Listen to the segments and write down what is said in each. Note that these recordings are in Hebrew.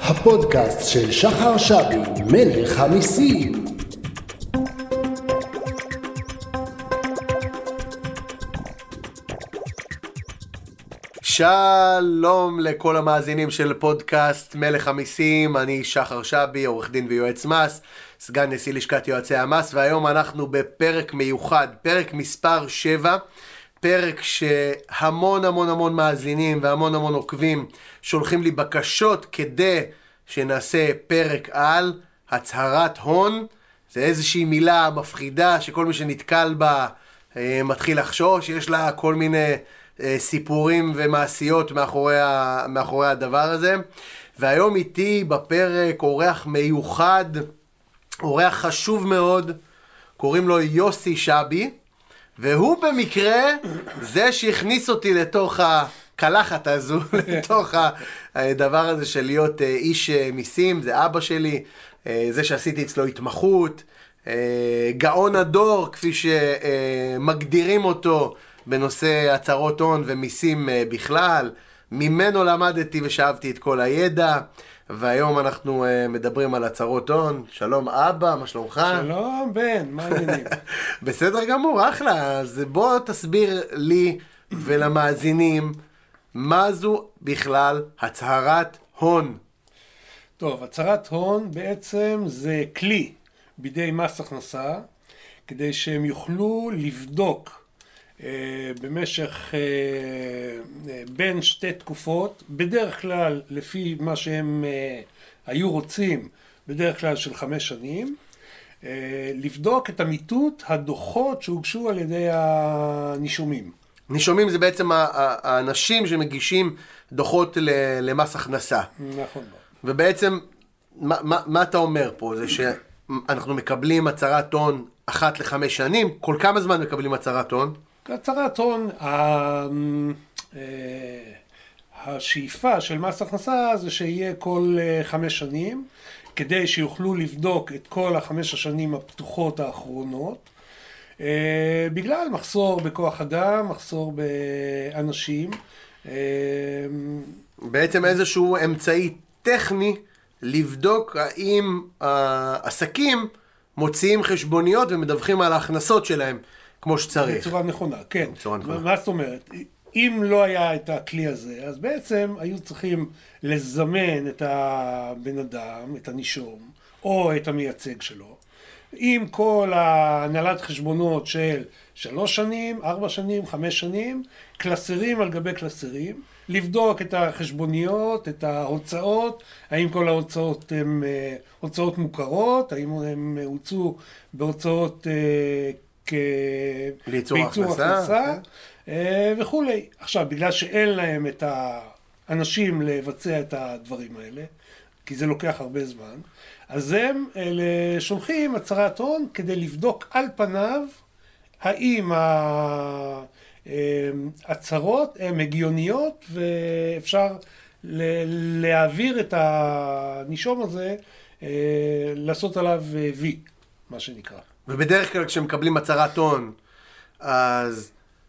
הפודקאסט של שחר שבי, מלך המיסים. שלום לכל המאזינים של פודקאסט מלך המיסים, אני שחר שבי, עורך דין ויועץ מס, סגן נשיא לשכת יועצי המס, והיום אנחנו בפרק מיוחד, פרק מספר 7, פרק שהמון המון המון מאזינים והמון המון עוקבים שולחים לי בקשות כדי שנעשה פרק על הצהרת הון. זה איזושהי מילה מפחידה שכל מי שנתקל בה מתחיל לחשוש, יש לה כל מיני סיפורים ומעשיות מאחורי הדבר הזה. והיום איתי בפרק אורח מיוחד, אורח חשוב מאוד, קוראים לו יוסי שבי, והוא במקרה זה שהכניס אותי לתוך הקלחת הזו, לתוך הדבר הזה של להיות איש מיסים. זה אבא שלי, זה שעשיתי אצלו התמחות, גאון הדור כפי שמגדירים אותו בנושא הצהרות הון ומיסים בכלל. ממנו למדתי ושאבתי את כל הידע, והיום אנחנו מדברים על הצהרות הון. שלום אבא, מה שלומך? שלום בן, מה העניינים? בסדר גמור, אחלה. אז בוא תסביר לי ולמאזינים מה זו בכלל הצהרת הון. טוב, הצהרת הון בעצם זה כלי בידי מס הכנסה כדי שהם יוכלו לבדוק במשך בין שתי תקופות, בדרך כלל לפי מה שהם היו רוצים, בדרך כלל של 5 שנים, לבדוק את אמיתות הדוחות שהוגשו על ידי הנישומים. נישומים זה בעצם האנשים שמגישים דוחות למס הכנסה. נכון. ובעצם מה אתה אומר פה? זה שאנחנו מקבלים הצהרת הון אחת ל5 שנים. כל כמה זמן מקבלים הצהרת הון? הצהרת הון, השאיפה של מס הכנסה זה שיהיה כל 5 שנים, כדי שיוכלו לבדוק את כל 5 השנים הפתוחות האחרונות, בגלל מחסור בכוח אדם, מחסור באנשים. בעצם איזשהו אמצעי טכני לבדוק האם העסקים מוציאים חשבוניות ומדווחים על ההכנסות שלהם כמו שצריך. בצורה נכונה, כן. מה זאת אומרת? אם לא היה את הכלי הזה, אז בעצם היו צריכים לזמן את הבן אדם, את הנישום, או את המייצג שלו, עם כל הנהלת חשבונות של 3 שנים, 4 שנים, 5 שנים, קלסרים על גבי קלסרים, לבדוק את החשבוניות, את ההוצאות, האם כל ההוצאות הן הוצאות מוכרות, האם הן הוצאו בהוצאות בייצור הכנסה וכולי. עכשיו, בגלל שאין להם את האנשים לבצע את הדברים האלה, כי זה לוקח הרבה זמן, אז הם שולחים הצהרת הון כדי לבדוק על פניו האם ההצהרות הן הגיוניות ואפשר להעביר את הנישום הזה, לעשות עליו וי, מה שנקרא. ובדרך כלל כשמקבלים הצהרת הון, אז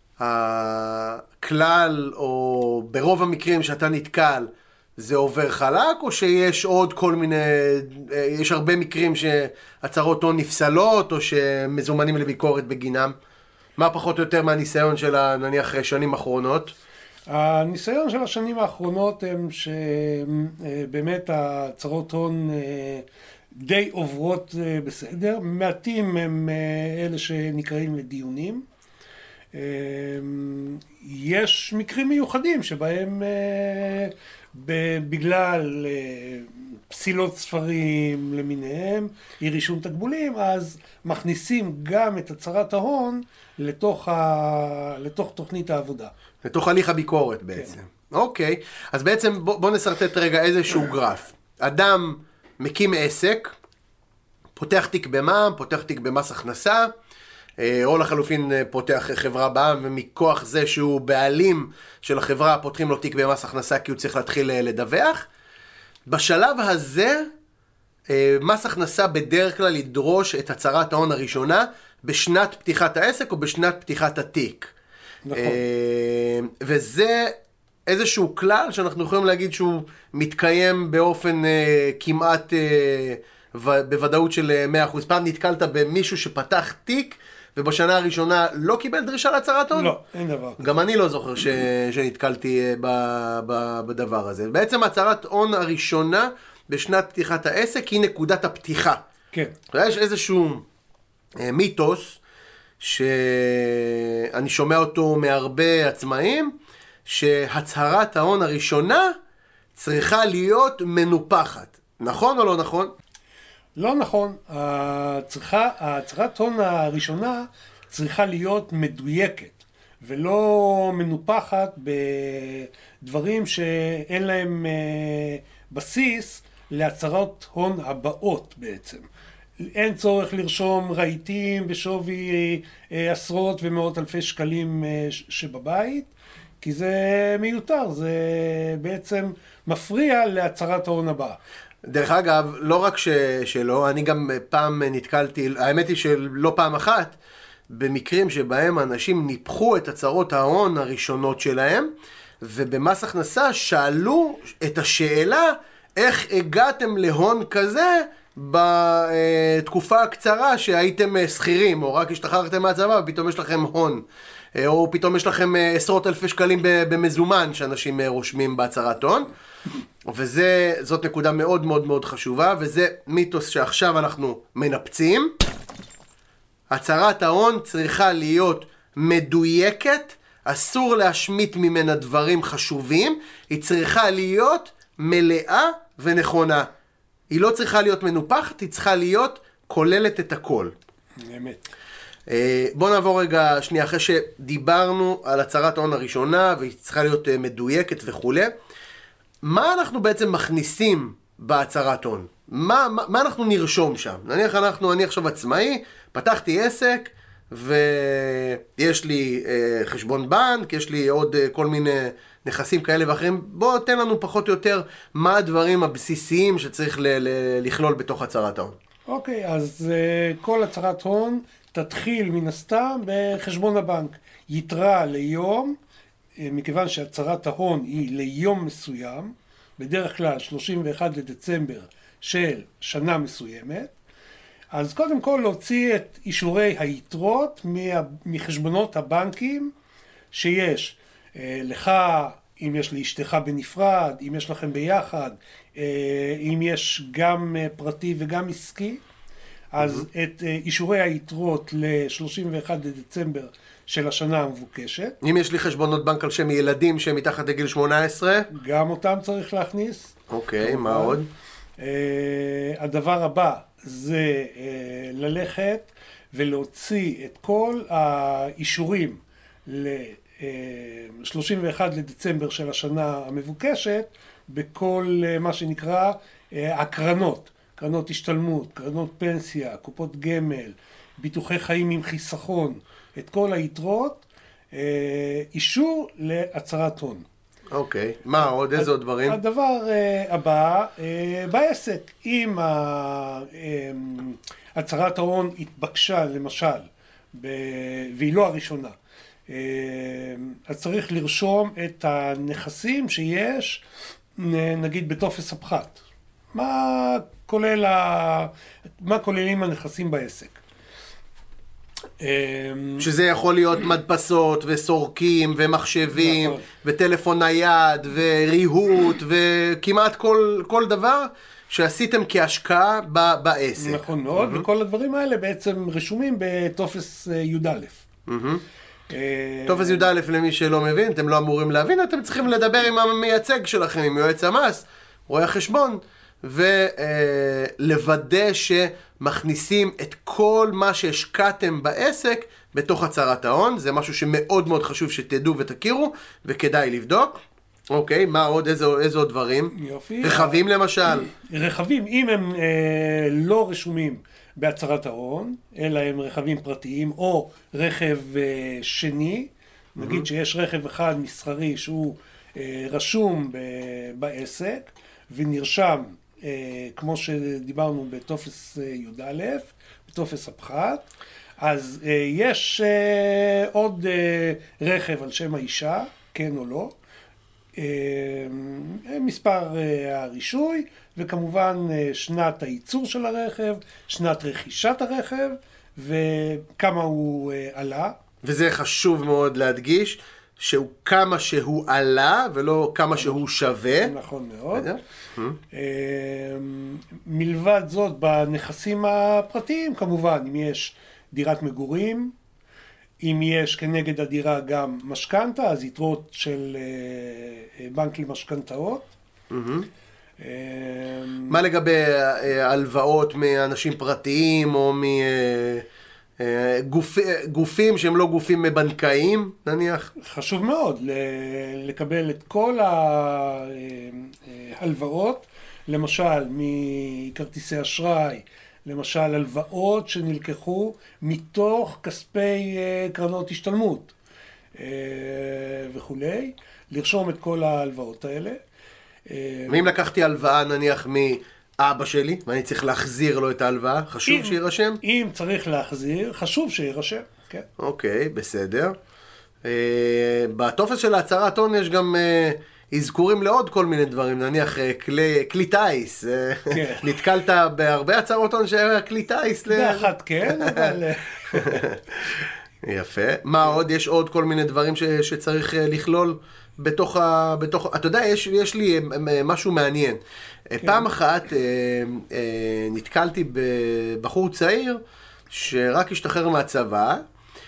הכלל, או ברוב המקרים שאתה נתקל, זה עובר חלק, או שיש עוד כל מיני, יש הרבה מקרים שהצהרות הון נפסלות, או שמזומנים לביקורת בגינם? מה פחות או יותר מהניסיון של נניח שנים האחרונות? הניסיון של השנים האחרונות הם שבאמת הצהרות הון די עוברות בסדר. מעטים הם אלה שנקראים לדיונים. יש מקרים מיוחדים שבהם בגלל פסילות ספרים למיניהם, אי רישום תקבולים, אז מכניסים גם את הצהרת ההון לתוך תוכנית העבודה. לתוך הליך הביקורת בעצם. כן. אוקיי, אז בעצם בוא נסרטט רגע איזשהו גרף. אדם מקים עסק, פותח תיק במע"מ, פותח תיק במס הכנסה, או לחלופין פותח חברה בע"מ, ומכוח זה שהוא בעלים של החברה פותחים לו תיק במס הכנסה כי הוא צריך להתחיל לדווח. בשלב הזה מס הכנסה בדרך כלל ידרוש את הצהרת ההון הראשונה בשנת פתיחת העסק או בשנת פתיחת התיק. נכון. וזה איזשהו כלל שאנחנו יכולים להגיד שהוא מתקיים באופן כמעט בוודאות של 100%. פעם נתקלת במישהו שפתח תיק ובשנה הראשונה לא קיבל דרישה להצהרת הון? לא, אין דבר. גם אני לא זוכר שנתקלתי בדבר הזה. בעצם הצהרת הון הראשונה בשנת פתיחת העסק היא נקודת הפתיחה. כן. יש איזשהו מיתוס שאני שומע אותו מהרבה עצמאים, שהצהרת ההון הראשונה צריכה להיות מנופחת. נכון או לא נכון? לא נכון. הצהרת הון הראשונה צריכה להיות מדויקת, ולא מנופחת בדברים שאין להם בסיס להצהרות הון הבאות בעצם. אין צורך לרשום רהיטים בשווי עשרות ומאות אלפי שקלים שבבית, כי זה מיותר, זה בעצם מפריע להצהרת ההון הבאה. דרך אגב, לא רק שלא, אני גם פעם נתקלתי, האמת היא שלא פעם אחת, במקרים שבהם אנשים ניפחו את הצהרות ההון הראשונות שלהם, ובמס הכנסה שאלו את השאלה, איך הגעתם להון כזה בתקופה הקצרה שהייתם שכירים, או רק השתחררתם מהצבא ופתאום יש לכם הון, או פתאום יש לכם עשרות אלפי שקלים במזומן שאנשים רושמים בהצהרת הון. וזאת נקודה מאוד מאוד מאוד חשובה, וזה מיתוס שעכשיו אנחנו מנפצים. הצהרת ההון צריכה להיות מדויקת, אסור להשמיט ממנה דברים חשובים, היא צריכה להיות מלאה ונכונה. היא לא צריכה להיות מנופחת, היא צריכה להיות כוללת את הכל. באמת. בוא נעבור רגע שנייה, אחרי שדיברנו על הצהרת ההון הראשונה, והיא צריכה להיות מדויקת וכו'. מה אנחנו בעצם מכניסים בהצהרת הון? מה אנחנו נרשום שם? נניח אני עכשיו עצמאי, פתחתי עסק, ויש לי חשבון בנק, יש לי עוד כל מיני נכסים כאלה ואחרים. בוא תן לנו פחות או יותר מה הדברים הבסיסיים שצריך לכלול בתוך הצהרת ההון. אוקיי, אז כל הצהרת הון תתחיל מן הסתם בחשבון הבנק. יתרה ליום, מכיוון שהצהרת ההון היא ליום מסוים, בדרך כלל 31 לדצמבר של שנה מסוימת, אז קודם כל להוציא את אישורי היתרות מחשבונות הבנקים שיש לך, אם יש לאשתך בנפרד, אם יש לכם ביחד, אם יש גם פרטי וגם עסקי, אז את אישורי היתרות ל-31 לדצמבר של השנה המבוקשת. אם יש לי חשבונות בנק על שם ילדים שהם מתחת לגיל 18? גם אותם צריך להכניס. אוקיי, מה עוד? הדבר הבא זה ללכת ולהוציא את כל האישורים ל-31 לדצמבר של השנה המבוקשת בכל מה שנקרא הקרנות. קרנות השתלמות, קרנות פנסיה, קופות גמל, ביטוחי חיים עם חיסכון, את כל היתרות, אישור להצהרת הון. אוקיי, מה עוד? איזה עוד דברים? הדבר הבא, בעסק, אם הצהרת ההון התבקשה למשל, והיא לא הראשונה, אז צריך לרשום את הנכסים שיש, נגיד בטופס הפחת. מה כוללים הנכסים בעסק? שזה יכול להיות מדפסות וסורקים ומחשבים, נכון. וטלפון נייד וריהוט וכמעט כל דבר שעשיתם כהשקעה בעסק. נכון מאוד, וכל הדברים האלה בעצם רשומים בטופס י"א. טופס י"א למי שלא מבין, אתם לא אמורים להבין, אתם צריכים לדבר עם המייצג שלכם, עם יועץ המס, רואה החשבון, ולוודא שמכניסים את כל מה שהשקעתם בעסק בתוך הצהרת ההון. זה משהו שמאוד מאוד חשוב שתדעו ותכירו, וכדאי לבדוק. אוקיי, מה עוד? איזה עוד דברים? יופי. רכבים למשל. רכבים, אם הם לא רשומים בהצהרת ההון, אלא הם רכבים פרטיים או רכב שני, נגיד שיש רכב אחד מסחרי שהוא רשום בעסק ונרשם כמו שדיברנו בטופס י"א, בטופס הפחת, אז יש עוד רכב על שם האישה, כן או לא, מספר הרישוי, וכמובן שנת הייצור של הרכב, שנת רכישת הרכב, וכמה הוא עלה. וזה חשוב מאוד להדגיש, שהוא כמה שהוא עלה, ולא כמה שהוא שווה. נכון מאוד. מלבד זאת, בנכסים הפרטיים, כמובן, אם יש דירת מגורים, אם יש כנגד הדירה גם משכנתה, אז יתרות של בנק למשכנתאות. מה לגבי הלוואות מאנשים פרטיים, או גופים שהם לא גופים בנקאיים, נניח? חשוב מאוד לקבל את כל ההלוואות, למשל מכרטיסי אשראי, למשל הלוואות שנלקחו מתוך כספי קרנות השתלמות וכולי, לרשום את כל ההלוואות האלה. ואם לקחתי הלוואה נניח מאבא שלי, ואני צריך להחזיר לו את ההלוואה, חשוב שירשם? אם צריך להחזיר, חשוב שירשם, כן. אוקיי, בסדר. בטופס של ההצהרת הון יש גם אזכורים לעוד כל מיני דברים, נניח כלי טייס. כן. נתקלת בהרבה הצהרות הון שהיה כלי טייס? באחת כן, אבל... יפה. מה עוד? יש עוד כל מיני דברים שצריך לכלול בתוך אתה יודע, יש לי משהו מעניין. כן. פעם אחת נתקלתי בבחור צעיר שרק השתחרר מהצבא,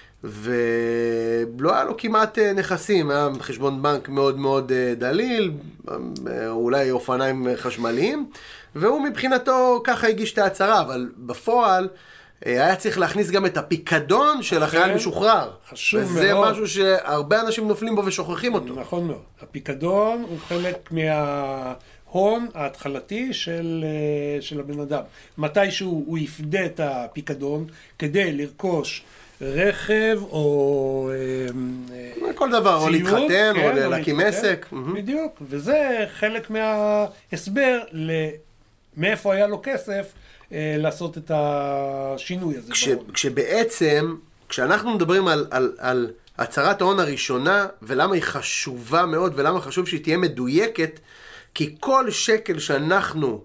ולא היה לו כמעט נכסים, היה חשבון בנק מאוד מאוד דליל, אולי אופניים חשמליים, והוא מבחינתו ככה הגיש את ההצהרה, אבל בפועל היה צריך להכניס גם את הפיקדון של החייל משוחרר. חשוב מאוד. וזה משהו שהרבה אנשים נופלים בו ושוכחים אותו. נכון מאוד. הפיקדון הוא חלק מההון ההתחלתי של הבן אדם. מתישהו הוא יפדה את הפיקדון כדי לרכוש רכב או כל דבר, או להתחתן, או להקים עסק. בדיוק, וזה חלק מההסבר מאיפה היה לו כסף לעשות את השינוי הזה. כשבעצם, כשאנחנו מדברים על הצהרת ההון הראשונה, ולמה היא חשובה מאוד, ולמה חשוב שהיא תהיה מדויקת, כי כל שקל שאנחנו,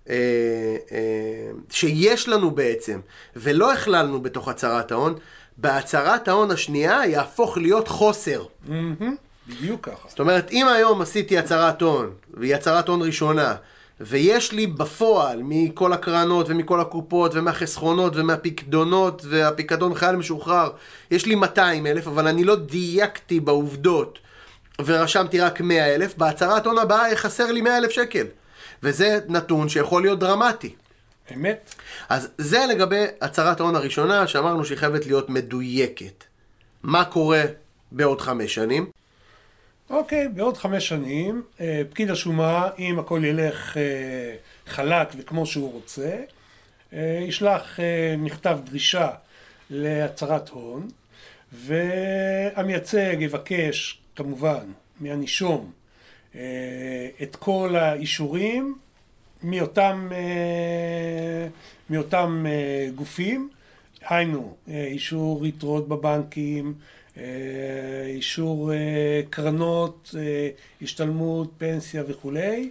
שיש לנו בעצם, ולא הכללנו בתוך הצהרת ההון, בהצהרת ההון השנייה יהפוך להיות חוסר. בדיוק ככה. זאת אומרת, אם היום עשיתי הצהרת הון, והיא הצהרת הון ראשונה, ויש לי בפועל מכל הקרנות ומכל הקופות ומהחסכונות ומהפיקדונות והפיקדון חייל משוחרר, יש לי 200,000, אבל אני לא דייקתי בעובדות ורשמתי רק 100,000, בהצהרת הון הבאה יחסר לי 100,000 שקל. וזה נתון שיכול להיות דרמטי. אמת. אז זה לגבי הצהרת ההון הראשונה, שאמרנו שהיא חייבת להיות מדויקת. מה קורה בעוד 5 שנים? אוקיי, בעוד 5 שנים, פקיד השומה, אם הכל ילך חלק וכמו שהוא רוצה, ישלח מכתב דרישה להצהרת הון, והמייצג יבקש כמובן מהנישום את כל האישורים מאותם גופים, היינו אישור יתרות בבנקים, אישור קרנות, השתלמות, פנסיה וכולי,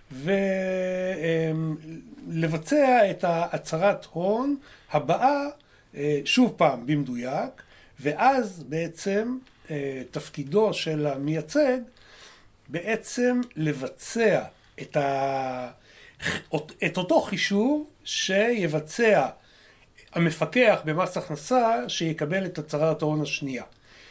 ולבצע את ההצהרת הון הבאה שוב פעם במדויק, ואז בעצם תפקידו של המייצג בעצם לבצע את אותו חישוב שיבצע המפקח במס הכנסה שיקבל את הצהרת ההון השנייה.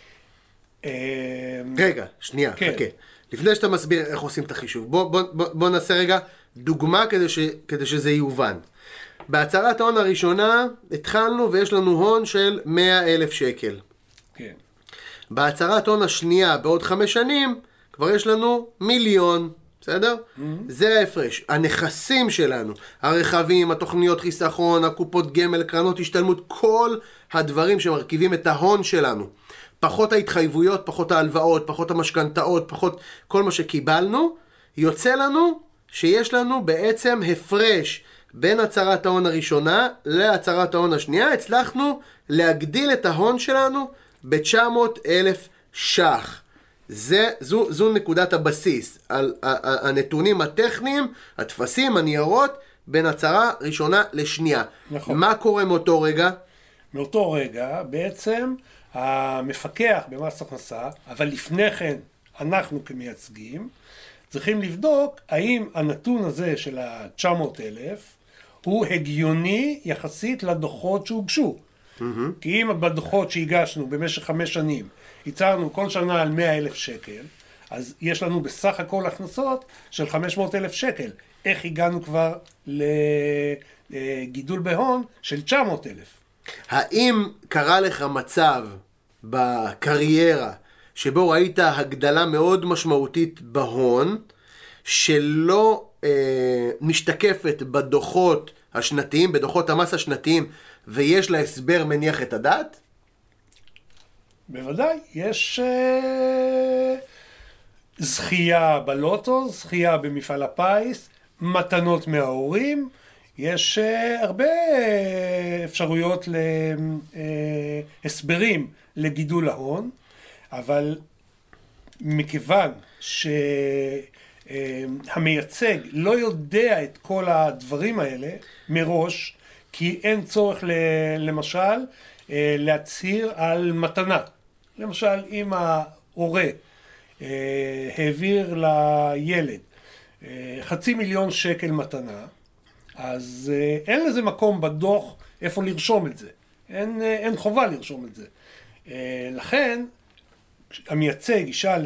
רגע, שנייה, חכה. לפני שאתה מסביר איך עושים את החישוב, בוא נעשה רגע דוגמה כדי שזה יובן. בהצהרת ההון הראשונה התחלנו ויש לנו הון של 100,000 שקל. כן. בהצהרת ההון השנייה בעוד 5 שנים כבר יש לנו 1,000,000. בסדר? זה ההפרש. הנכסים שלנו, הרכבים, התוכניות חיסכון, הקופות גמל, קרנות השתלמות, כל הדברים שמרכיבים את ההון שלנו. פחות ההתחייבויות, פחות ההלוואות, פחות המשכנתאות, פחות כל מה שקיבלנו, יוצא לנו שיש לנו בעצם הפרש בין הצהרת ההון הראשונה להצהרת ההון השנייה. הצלחנו להגדיל את ההון שלנו ב-900,000 ש"ח. זו נקודת הבסיס, על הנתונים הטכניים, התפסים, הניירות, בין הצהרה ראשונה לשנייה. נכון. מה קורה מאותו רגע? מאותו רגע בעצם המפקח במס הכנסה, אבל לפני כן אנחנו כמייצגים, צריכים לבדוק האם הנתון הזה של ה-900,000 הוא הגיוני יחסית לדוחות שהוגשו. כי אם בדוחות שהגשנו במשך 5 שנים, ייצרנו כל שנה על 100,000 שקל, אז יש לנו בסך הכל הכנסות של 500,000 שקל. איך הגענו כבר לגידול בהון של 900,000? האם קרה לך מצב בקריירה שבו ראית הגדלה מאוד משמעותית בהון, שלא משתקפת בדוחות השנתיים, בדוחות המס השנתיים, ויש לה הסבר מניח את הדעת? בוודאי, יש זכייה בלוטו, זכייה במפעל הפיס, מתנות מההורים, יש הרבה אפשרויות להסברים לגידול ההון, אבל מכיוון שהמייצג לא יודע את כל הדברים האלה מראש, כי אין צורך למשל להצהיר על מתנה. למשל, אם ההורה העביר לילד 500,000 שקל מתנה, אז אין לזה מקום בדוח איפה לרשום את זה. אין חובה לרשום את זה. לכן, המייצג ישאל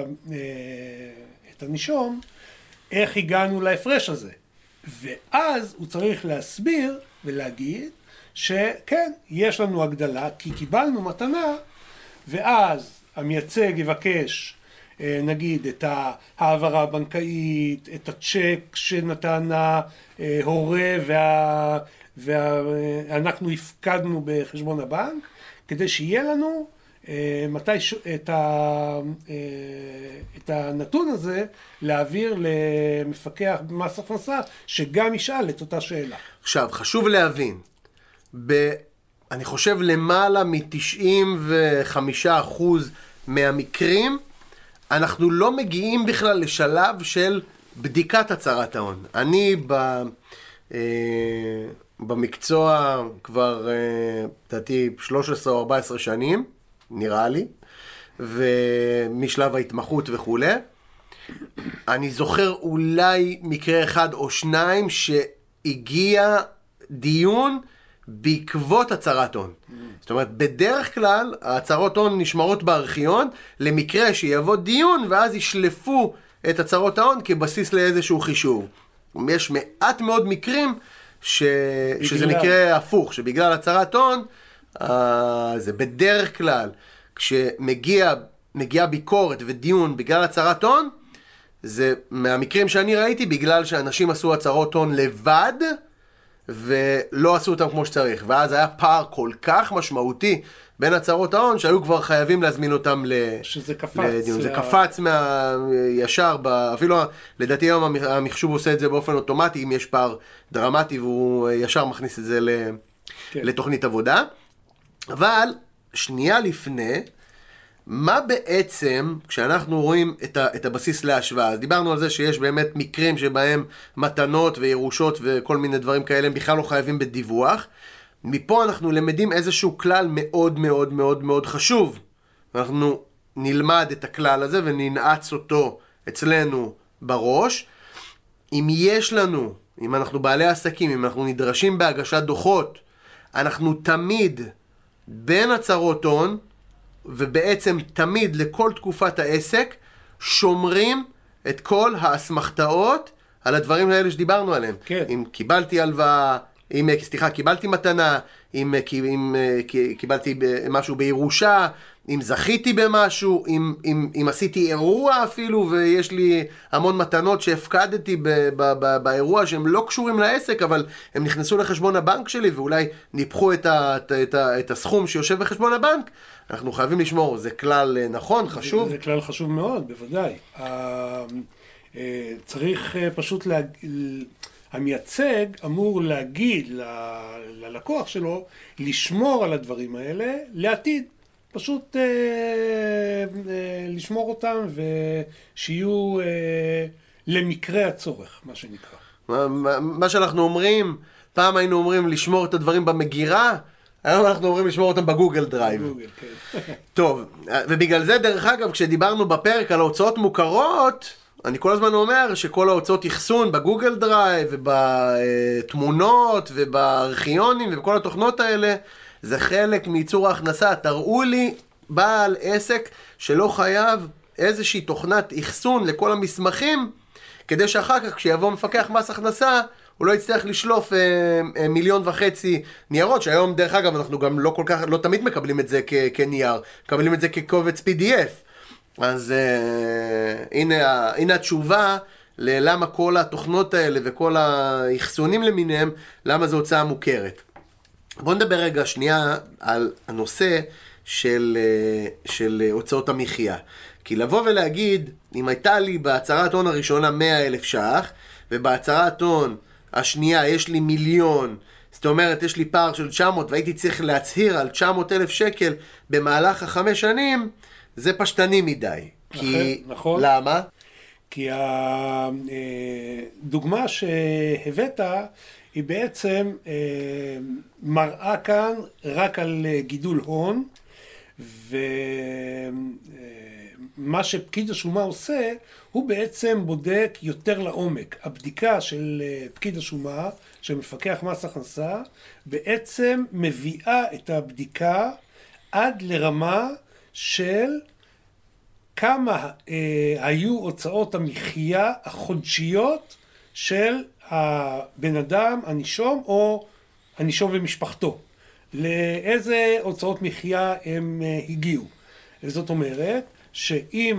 את הנישום, איך הגענו להפרש הזה. ואז הוא צריך להסביר ולהגיד שכן, יש לנו הגדלה, כי קיבלנו מתנה, ואז המייצג יבקש, נגיד, את העברה הבנקאית, את הצ'ק שנתן ההורה ואנחנו הפקדנו בחשבון הבנק, כדי שיהיה לנו את הנתון הזה להעביר למפקח במס הכנסה, שגם ישאל את אותה שאלה. עכשיו, חשוב להבין, אני חושב למעלה מ-95% מהמקרים, אנחנו לא מגיעים בכלל לשלב של בדיקת הצהרת ההון. אני במקצוע כבר, לדעתי, 13 או 14 שנים, נראה לי, ומשלב ההתמחות וכו'. אני זוכר אולי מקרה אחד או שניים שהגיע דיון בעקבות הצהרת הון. זאת אומרת, בדרך כלל הצהרות הון נשמרות בארכיון למקרה שיבוא דיון ואז ישלפו את הצהרות ההון כבסיס לאיזשהו חישוב. יש מעט מאוד מקרים שזה מקרה הפוך, שבגלל הצהרת הון, זה בדרך כלל, כשמגיע ביקורת ודיון בגלל הצהרת הון, זה מהמקרים שאני ראיתי בגלל שאנשים עשו הצהרות הון לבד, ולא עשו אותם כמו שצריך. ואז היה פער כל כך משמעותי בין הצהרות ההון, שהיו כבר חייבים להזמין אותם שזה קפץ. לדיון. זה קפץ ישר, אפילו לדעתי היום המחשוב עושה את זה באופן אוטומטי, אם יש פער דרמטי, והוא ישר מכניס את זה לתוכנית עבודה. אבל שנייה לפני, מה בעצם, כשאנחנו רואים את הבסיס להשוואה, אז דיברנו על זה שיש באמת מקרים שבהם מתנות וירושות וכל מיני דברים כאלה, הם בכלל לא חייבים בדיווח. מפה אנחנו למדים איזשהו כלל מאוד מאוד מאוד מאוד חשוב. אנחנו נלמד את הכלל הזה וננעץ אותו אצלנו בראש. אם יש לנו, אם אנחנו בעלי עסקים, אם אנחנו נדרשים בהגשת דוחות, אנחנו תמיד בין הצהרות הון, ובעצם תמיד לכל תקופת העסק, שומרים את כל האסמכתאות על הדברים האלה שדיברנו עליהם. כן. אם קיבלתי הלוואה, קיבלתי מתנה, אם קיבלתי משהו בירושה, אם זכיתי במשהו, אם עשיתי אירוע אפילו, ויש לי המון מתנות שהפקדתי באירוע שהם לא קשורים לעסק, אבל הם נכנסו לחשבון הבנק שלי, ואולי ניפחו את הסכום שיושב בחשבון הבנק, אנחנו חייבים לשמור. זה כלל נכון, חשוב? זה כלל חשוב מאוד, בוודאי. צריך פשוט המייצג אמור להגיד ללקוח שלו, לשמור על הדברים האלה לעתיד. פשוט לשמור אותם ושיהיו למקרה הצורך, מה שנקרא. מה שאנחנו אומרים, פעם היינו אומרים לשמור את הדברים במגירה, היום אנחנו אומרים לשמור אותם בגוגל דרייב. בגוגל, כן. טוב, ובגלל זה דרך אגב, כשדיברנו בפרק על ההוצאות מוכרות, אני כל הזמן אומר שכל ההוצאות אחסון בגוגל דרייב ובתמונות ובארכיונים ובכל התוכנות האלה, זה חלק מייצור ההכנסה. תראו לי בעל עסק שלא חייב איזושהי תוכנת אחסון לכל המסמכים, כדי שאחר כך כשיבוא מפקח מס הכנסה, הוא לא יצטרך לשלוף 1.5 מיליון ניירות, שהיום דרך אגב אנחנו גם לא תמיד מקבלים את זה כנייר, מקבלים את זה כקובץ PDF. אז הנה התשובה ללמה כל התוכנות האלה וכל האחסונים למיניהם, למה זו הוצאה מוכרת. בואו נדבר רגע שנייה על הנושא של הוצאות המחיה. כי לבוא ולהגיד, אם הייתה לי בהצהרת הון הראשונה 100,000 ש"ח, ובהצהרת הון השנייה יש לי 1,000,000, זאת אומרת יש לי פער של 900 והייתי צריך להצהיר על 900,000 שקל במהלך 5 שנים, זה פשטני מדי. נכון. למה? כי הדוגמה שהבאת היא בעצם מראה כאן רק על גידול הון, ומה שפקיד השומה עושה, הוא בעצם בודק יותר לעומק. הבדיקה של פקיד השומה, של מפקח מס הכנסה, בעצם מביאה את הבדיקה עד לרמה של כמה היו הוצאות המחיה החודשיות של הבן אדם, הנישום, או הנישום ומשפחתו. לאיזה הוצאות מחיה הם הגיעו. זאת אומרת, שאם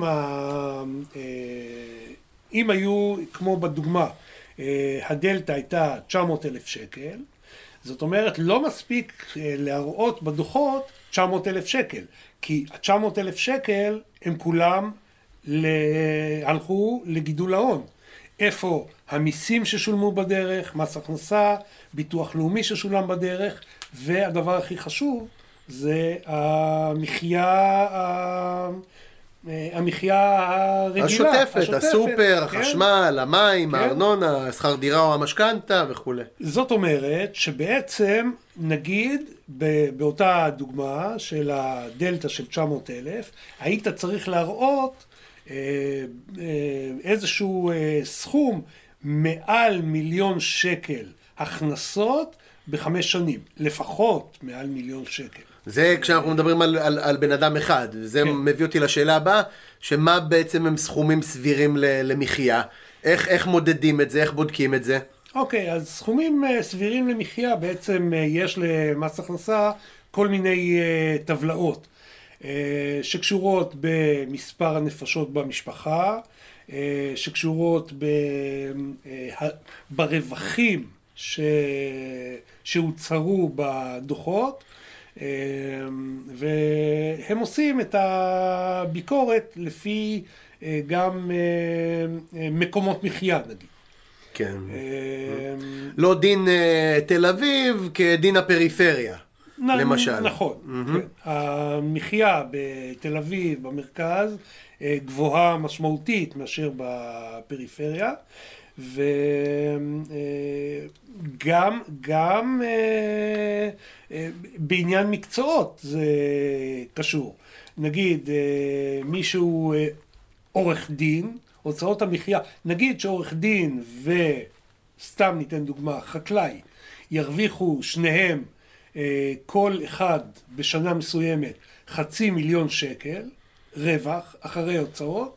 אם היו, כמו בדוגמה, הדלטה הייתה 900,000 שקל, זאת אומרת, לא מספיק להראות בדוחות 900,000 שקל, כי 900,000 שקל הם כולם הלכו לגידול ההון. איפה המיסים ששולמו בדרך, מס הכנסה, ביטוח לאומי ששולם בדרך, והדבר הכי חשוב זה המחיה הרגילה. השוטפת, הסופר, החשמל, המים, הארנונה, שכר דירה או המשכנתה וכו'. זאת אומרת שבעצם נגיד באותה דוגמה של הדלטה של 900,000, היית צריך להראות איזשהו סכום מעל 1,000,000 שקל הכנסות ב5 שנים, לפחות מעל 1,000,000 שקל. זה כשאנחנו מדברים על בן אדם אחד, זה מביא אותי לשאלה הבאה, שמה בעצם הם סכומים סבירים למחיה? איך מודדים את זה, איך בודקים את זה? אוקיי, אז סכומים סבירים למחיה, בעצם יש למס הכנסה כל מיני טבלאות שקשורות במספר הנפשות במשפחה, שקשורות ברווחים שהוצרו בדוחות, והם עושים את הביקורת לפי גם מקומות מחיה נגיד. כן. לא דין תל אביב כדין הפריפריה, למשל. נכון. המחיה בתל אביב, במרכז, גבוהה משמעותית מאשר בפריפריה, וגם בעניין מקצועות זה קשור. נגיד מישהו עורך דין, הוצאות המחיה, נגיד שעורך דין וסתם ניתן דוגמה, חקלאי, ירוויחו שניהם כל אחד בשנה מסוימת 500,000 שקל רווח אחרי הוצאות.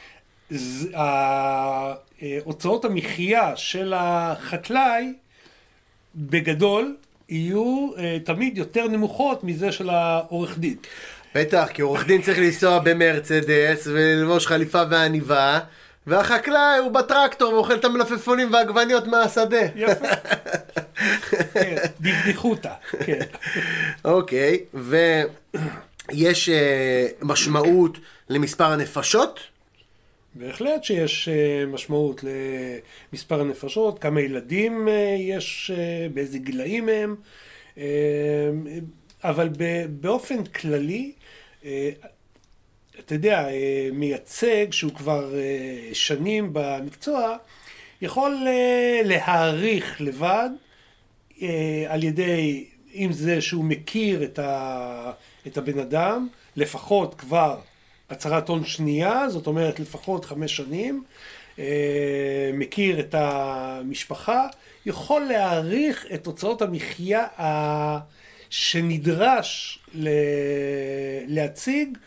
הוצאות המחיה של החקלאי בגדול יהיו תמיד יותר נמוכות מזה של העורך דין. בטח, כי עורך דין צריך לנסוע במרצדס וללבוש חליפה ועניבה, והחקלאי הוא בטרקטור ואוכל את המלפפונים והעגבניות מהשדה. יפה. כן, בבדיחותא. כן. אוקיי, ויש משמעות למספר הנפשות? בהחלט שיש משמעות למספר הנפשות, כמה ילדים יש, באיזה גילאים הם. אבל באופן כללי, אתה יודע, מייצג שהוא כבר שנים במקצוע, יכול להעריך לבד על ידי, אם זה שהוא מכיר את הבן אדם, לפחות כבר הצהרת הון שנייה, זאת אומרת לפחות 5 שנים, מכיר את המשפחה, יכול להעריך את הוצאות המחיה שנדרש להציג,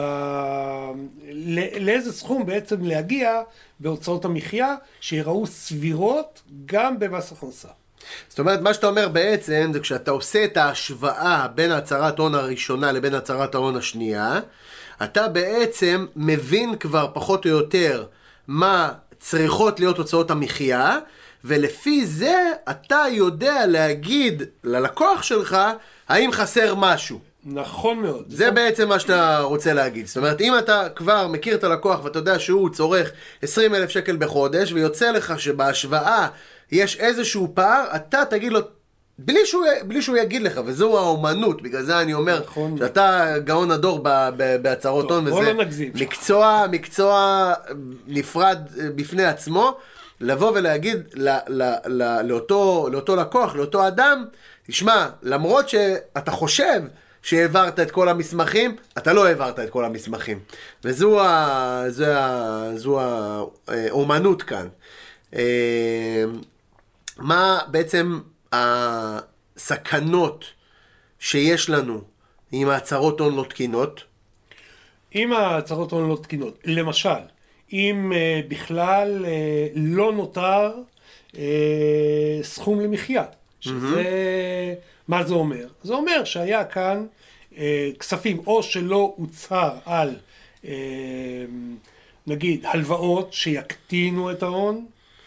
לאיזה סכום בעצם להגיע בהוצאות המחיה שיראו סבירות גם במס הכנסה. זאת אומרת, מה שאתה אומר בעצם זה כשאתה עושה את ההשוואה בין הצהרת ההון הראשונה לבין הצהרת ההון השנייה, אתה בעצם מבין כבר פחות או יותר מה צריכות להיות הוצאות המחיה, ולפי זה אתה יודע להגיד ללקוח שלך האם חסר משהו. נכון מאוד. זה בעצם מה שאתה רוצה להגיד. זאת אומרת, אם אתה כבר מכיר את הלקוח ואתה יודע שהוא צורך 20,000 שקל בחודש, ויוצא לך שבהשוואה יש איזשהו פער, אתה תגיד לו, בלי שהוא יגיד לך, וזו האומנות, בגלל זה אני אומר, נכון. שאתה גאון הדור בהצהרות הון, וזה מקצוע נפרד בפני עצמו, לבוא ולהגיד לאותו לקוח, לאותו אדם, תשמע, למרות שאתה חושב שהעברת את כל המסמכים, אתה לא העברת את כל המסמכים. וזו האומנות כאן. מה בעצם הסכנות שיש לנו עם ההצהרות הון לא תקינות? עם ההצהרות הון לא תקינות, למשל, אם בכלל לא נותר סכום למחיה, שזה, מה זה אומר? זה אומר שהיה כאן כספים או שלא הוצהר על, נגיד, הלוואות שיקטינו את ההון,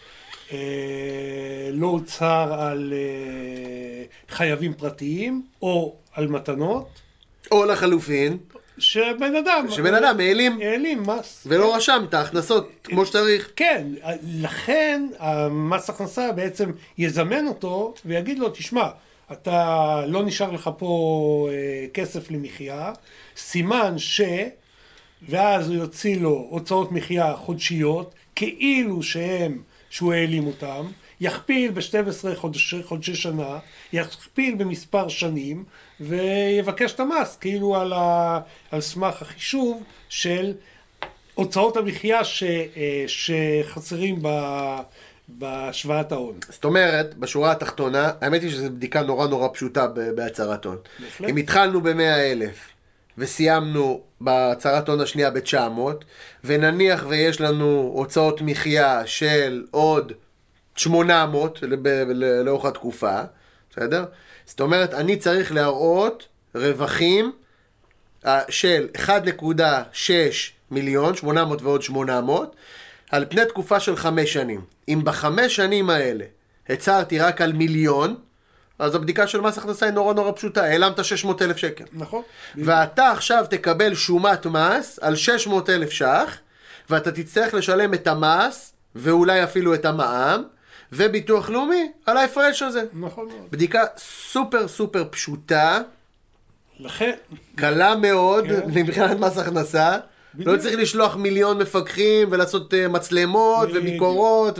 לא הוצהר על חייבים פרטיים או על מתנות, או לחלופין שבן אדם העלים מס. ולא רשם את ההכנסות כמו שצריך. כן, לכן המס הכנסה בעצם יזמן אותו ויגיד לו, תשמע, אתה לא נשאר לך פה כסף למחיה, סימן ואז הוא יוציא לו הוצאות מחיה חודשיות, כאילו שהוא העלים אותם, יכפיל ב-12 חודשי שנה, יכפיל במספר שנים, ויבקש את המס, כאילו על סמך החישוב של הוצאות המחיה שחסרים בהשוואת ההון. זאת אומרת, בשורה התחתונה, האמת היא שזו בדיקה נורא פשוטה בהצהרת הון. אם התחלנו ב-100,000 וסיימנו בהצהרת הון השנייה ב-900, ונניח ויש לנו הוצאות מחיה של עוד 800 לאורך התקופה, בסדר? זאת אומרת, אני צריך להראות רווחים של 1.6 מיליון, 800 ועוד 800, על פני תקופה של 5 שנים. אם ב5 שנים האלה הצהרתי רק על מיליון, אז הבדיקה של מס הכנסה היא נורא פשוטה, העלמת 600,000 שקל. נכון. ואתה עכשיו תקבל שומת מס על 600,000 ש"ח, ואתה תצטרך לשלם את המס, ואולי אפילו את המע"מ, וביטוח לאומי על ההפרש הזה. נכון מאוד. בדיקה סופר פשוטה, לכן קלה מאוד, מבחינת מס הכנסה, לא צריך לשלוח מיליון מפקחים ולעשות מצלמות וביקורות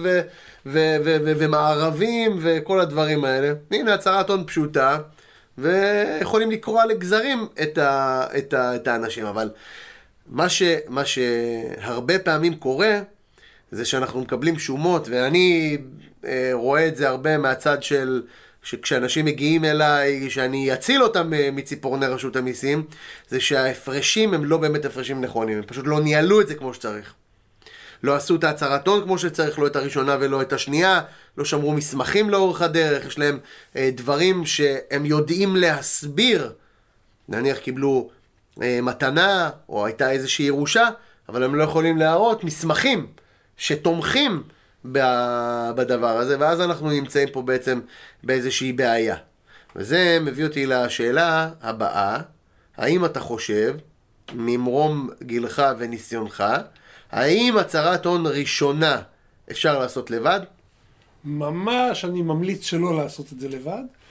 ומערבים וכל הדברים האלה. הנה הצהרת הון פשוטה, ויכולים לקרוא לגזרים את האנשים. אבל מה שהרבה פעמים קורה, זה שאנחנו מקבלים שומות, ואני רואה את זה הרבה מהצד של שכשאנשים מגיעים אליי, שאני אציל אותם מציפורני רשות המיסים, זה שההפרשים הם לא באמת הפרשים נכונים, הם פשוט לא ניהלו את זה כמו שצריך. לא עשו את ההצהרת הון כמו שצריך, לא את הראשונה ולא את השנייה, לא שמרו מסמכים לאורך הדרך, יש להם דברים שהם יודעים להסביר, נניח קיבלו מתנה, או הייתה איזושהי ירושה, אבל הם לא יכולים להראות מסמכים שתומכים בדבר הזה, ואז אנחנו נמצאים פה בעצם באיזושהי בעיה. וזה מביא אותי לשאלה הבאה, האם אתה חושב, ממרום גילך וניסיונך, האם הצהרת הון ראשונה אפשר לעשות לבד? ממש אני ממליץ שלא לעשות את זה לבד,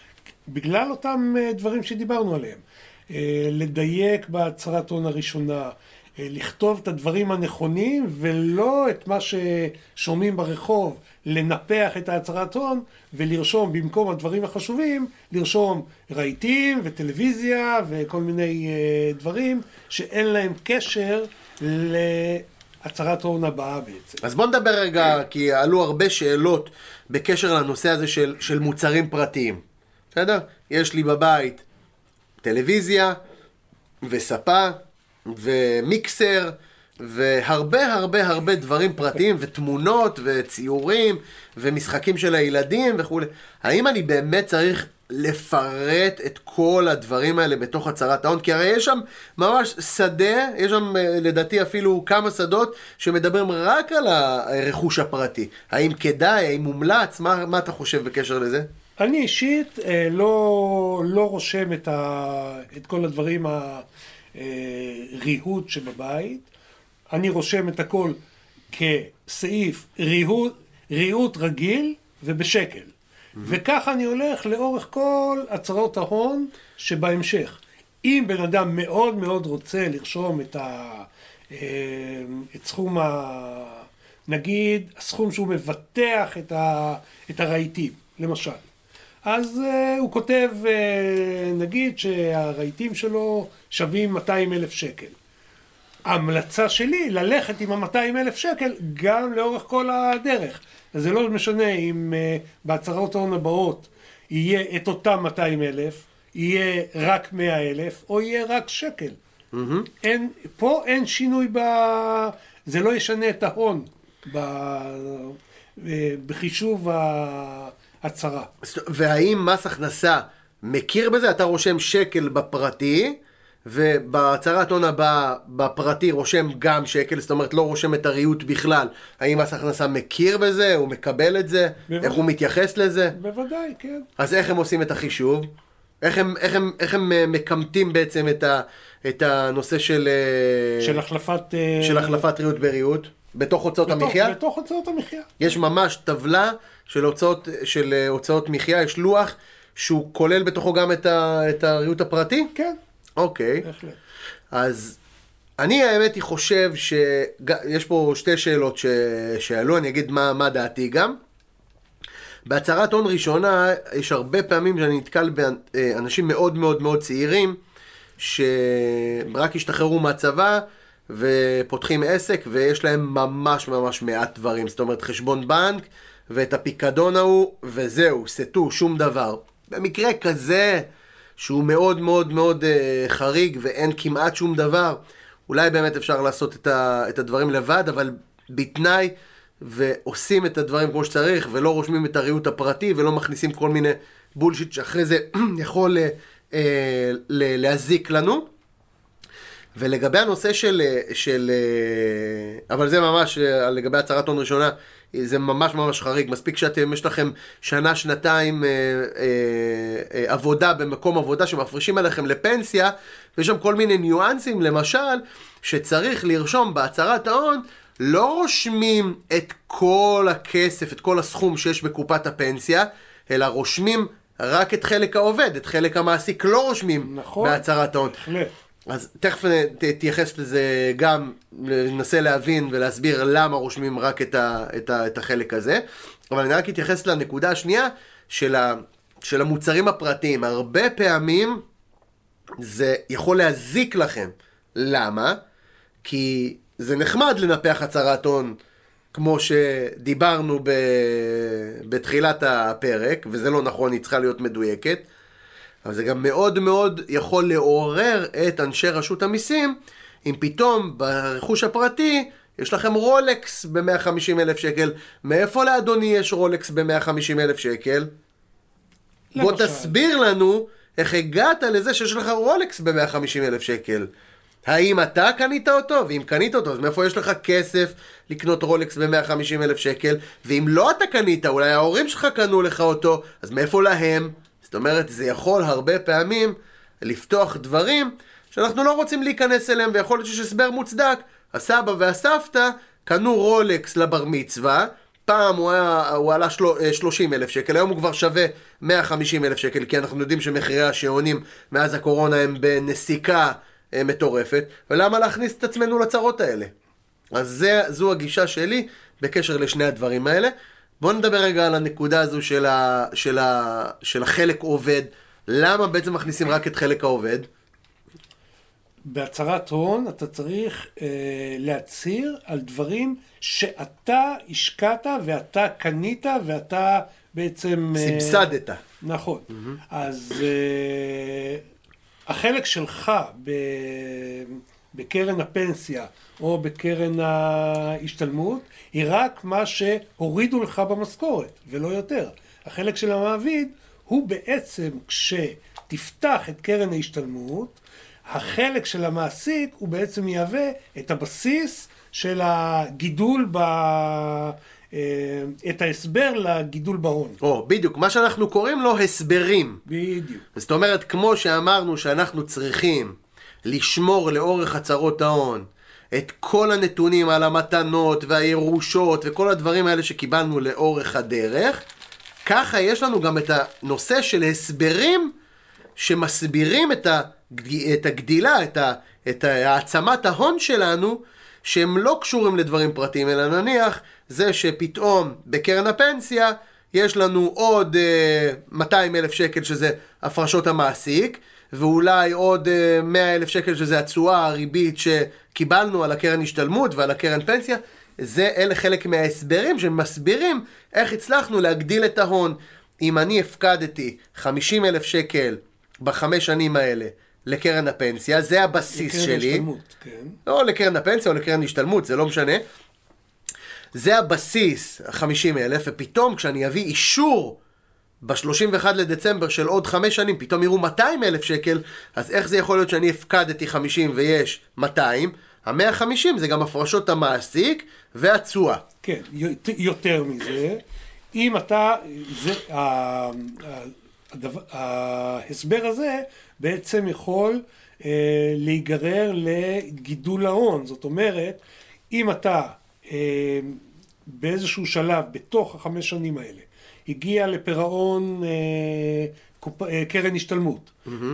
בגלל אותם דברים שדיברנו עליהם. לדייק בהצהרת הון הראשונה, לכתוב את הדברים הנכונים ולא את מה ששומעים ברחוב, לנפח את ההצהרת הון ולרשום במקום הדברים החשובים, לרשום רהיטים וטלוויזיה וכל מיני דברים שאין להם קשר להצהרת הון הבאה בעצם. אז בוא נדבר רגע, כי עלו הרבה שאלות בקשר לנושא הזה של מוצרים פרטיים. בסדר? יש לי בבית טלוויזיה וספה ומיקסר והרבה הרבה הרבה דברים פרטיים ותמונות וציורים ומשחקים של הילדים וכו'. האם אני באמת צריך לפרט את כל הדברים האלה בתוך הצהרת ההון? כי הרי יש שם ממש שדה, יש שם לדעתי אפילו כמה שדות שמדברים רק על הרכוש הפרטי. האם כדאי, האם מומלץ? מה אתה חושב בקשר לזה? אני אישית לא רושם את כל הדברים הריהוט שבבית. אני רושם את הכל כסעיף ריהוט רגיל ובשקל. וככה אני הולך לאורך כל הצהרות ההון שבהמשך. אם בן אדם מאוד מאוד רוצה לרשום את סכום נגיד הסכום שהוא מבטח את הרהיטים, למשל. אז הוא כותב, נגיד שהרהיטים שלו שווים 200,000 שקל. ההמלצה שלי ללכת עם ה-200,000 שקל גם לאורך כל הדרך. אז זה לא משנה אם בהצהרות ההון הבאות יהיה את אותם 200,000, יהיה רק 100,000 או יהיה רק שקל. פה אין שינוי, זה לא ישנה את ההון בחישוב ההצהרה. והאם מס הכנסה מכיר בזה? אתה רושם שקל בפרטי, ובהצהרת הון הבאה בפרטי רושם גם שקל, זאת אומרת לא רושם את הריהוט בכלל. האם מס הכנסה מכיר בזה? הוא מקבל את זה? בוודאי. איך הוא מתייחס לזה? בוודאי, כן. אז איך הם עושים את החישוב? איך הם מקמטים בעצם את הנושא של החלפת ריהוט בריהוט? בתוך הוצאות המחיה? בתוך הוצאות המחיה. יש ממש טבלה של הוצאות מחיה, יש לוח שהוא כולל בתוכו גם את הריהוט הפרטי? כן. אוקיי. בהחלט. אז אני האמת היא חושב שיש פה שתי שאלות שעלו, אני אגיד מה דעתי גם. בהצהרת הון ראשונה יש הרבה פעמים שאני נתקל באנשים מאוד מאוד מאוד צעירים שרק השתחררו מהצבא ופותחים עסק ויש להם ממש ממש מעט דברים, זאת אומרת חשבון בנק ואת הפיקדון ההוא וזהו, סטו, שום דבר. במקרה כזה שהוא מאוד מאוד מאוד חריג ואין כמעט שום דבר, אולי באמת אפשר לעשות את הדברים לבד, אבל בתנאי ועושים את הדברים כמו שצריך ולא רושמים את הריהוט הפרטי ולא מכניסים כל מיני בולשיט שאחרי זה יכול להזיק לנו. ולגבי הנושא אבל זה ממש, לגבי הצהרת הון ראשונה, זה ממש ממש חריג. מספיק יש לכם שנה, שנתיים עבודה במקום עבודה שמפרישים עליכם לפנסיה, ויש שם כל מיני ניואנסים, למשל, שצריך לרשום בהצהרת ההון, לא רושמים את כל הכסף, את כל הסכום שיש בקופת הפנסיה, אלא רושמים רק את חלק העובד, את חלק המעסיק לא רושמים נכון, בהצהרת ההון. אז תכף תייחס לזה גם, ננסה להבין ולהסביר למה רושמים רק את החלק הזה. אבל אני רק אתייחס לנקודה השנייה של המוצרים הפרטיים. הרבה פעמים זה יכול להזיק לכם. למה? כי זה נחמד לנפח הצהרת הון כמו שדיברנו בתחילת הפרק, וזה לא נכון, היא צריכה להיות מדויקת. אבל זה גם מאוד מאוד יכול לעורר את אנשי רשות המיסים, אם פתאום ברכוש הפרטי יש לכם רולקס ב-150,000 שקל. מאיפה לאדוני יש רולקס ב-150,000 שקל? בוא תסביר לנו איך הגעת לזה שיש לך רולקס ב-150,000 שקל. האם אתה קנית אותו? ואם קנית אותו, אז מאיפה יש לך כסף לקנות רולקס ב-150,000 שקל? ואם לא אתה קנית, אולי ההורים שלך קנו לך אותו, אז מאיפה להם? זאת אומרת, זה יכול הרבה פעמים לפתוח דברים שאנחנו לא רוצים להיכנס אליהם, ויכול להיות שיש הסבר מוצדק. הסבא והסבתא קנו רולקס לבר מצווה, פעם הוא עלה 30,000 שקל, היום הוא כבר שווה 150,000 שקל, כי אנחנו יודעים שמחירי השעונים מאז הקורונה הם בנסיקה מטורפת, ולמה להכניס את עצמנו לצרות האלה? אז זו הגישה שלי בקשר לשני הדברים האלה. בואו נדבר רגע על הנקודה הזו של החלק עובד. למה בעצם מכניסים רק את חלק העובד? בהצהרת הון אתה צריך להצהיר על דברים שאתה השקעת ואתה קנית ואתה בעצם... סבסדת. נכון. אז החלק שלך בקרן הפנסיה או בקרן ההשתלמות היא רק מה שהורידו לך במשכורת ולא יותר. החלק של המעביד הוא בעצם כשתפתח את קרן ההשתלמות, החלק של המעסיק הוא בעצם יהווה את הבסיס של הגידול את ההסבר לגידול בהון. בדיוק, מה שאנחנו קוראים לו הסברים. בדיוק. זאת אומרת, כמו שאמרנו שאנחנו צריכים לשמור לאורך הצהרות ההון את כל הנתונים על המתנות והירושות וכל הדברים האלה שקיבלנו לאורך הדרך, ככה יש לנו גם את הנושא של הסברים שמסבירים את הגדילה, את העצמת ההון שלנו, שהם לא קשורים לדברים פרטיים, אלא נניח זה שפתאום בקרן הפנסיה יש לנו עוד 200,000 שקל שזה הפרשות המעסיק, ואולי עוד 100,000 שקל שזה התשואה, הריבית שקיבלנו על הקרן השתלמות ועל הקרן פנסיה. אלה חלק מההסברים שמסבירים איך הצלחנו להגדיל את ההון. אם אני הפקדתי 50,000 שקל ב5 שנים האלה לקרן הפנסיה, זה הבסיס שלי. לקרן השתלמות, כן. או לקרן הפנסיה או לקרן השתלמות, זה לא משנה. זה הבסיס, 50,000, ופתאום כשאני אביא אישור ב-31 לדצמבר של עוד 5 שנים, פתאום יראו 200,000 שקל, אז איך זה יכול להיות שאני הפקדתי 50 ויש 200? ה-150 זה גם הפרשות המעסיק והתשואה. כן, יותר מזה. אם אתה, ההסבר הזה בעצם יכול להיגרר לגידול ההון. זאת אומרת, אם אתה באיזשהו שלב בתוך 5 שנים האלה הגיע לפירעון קרן השתלמות,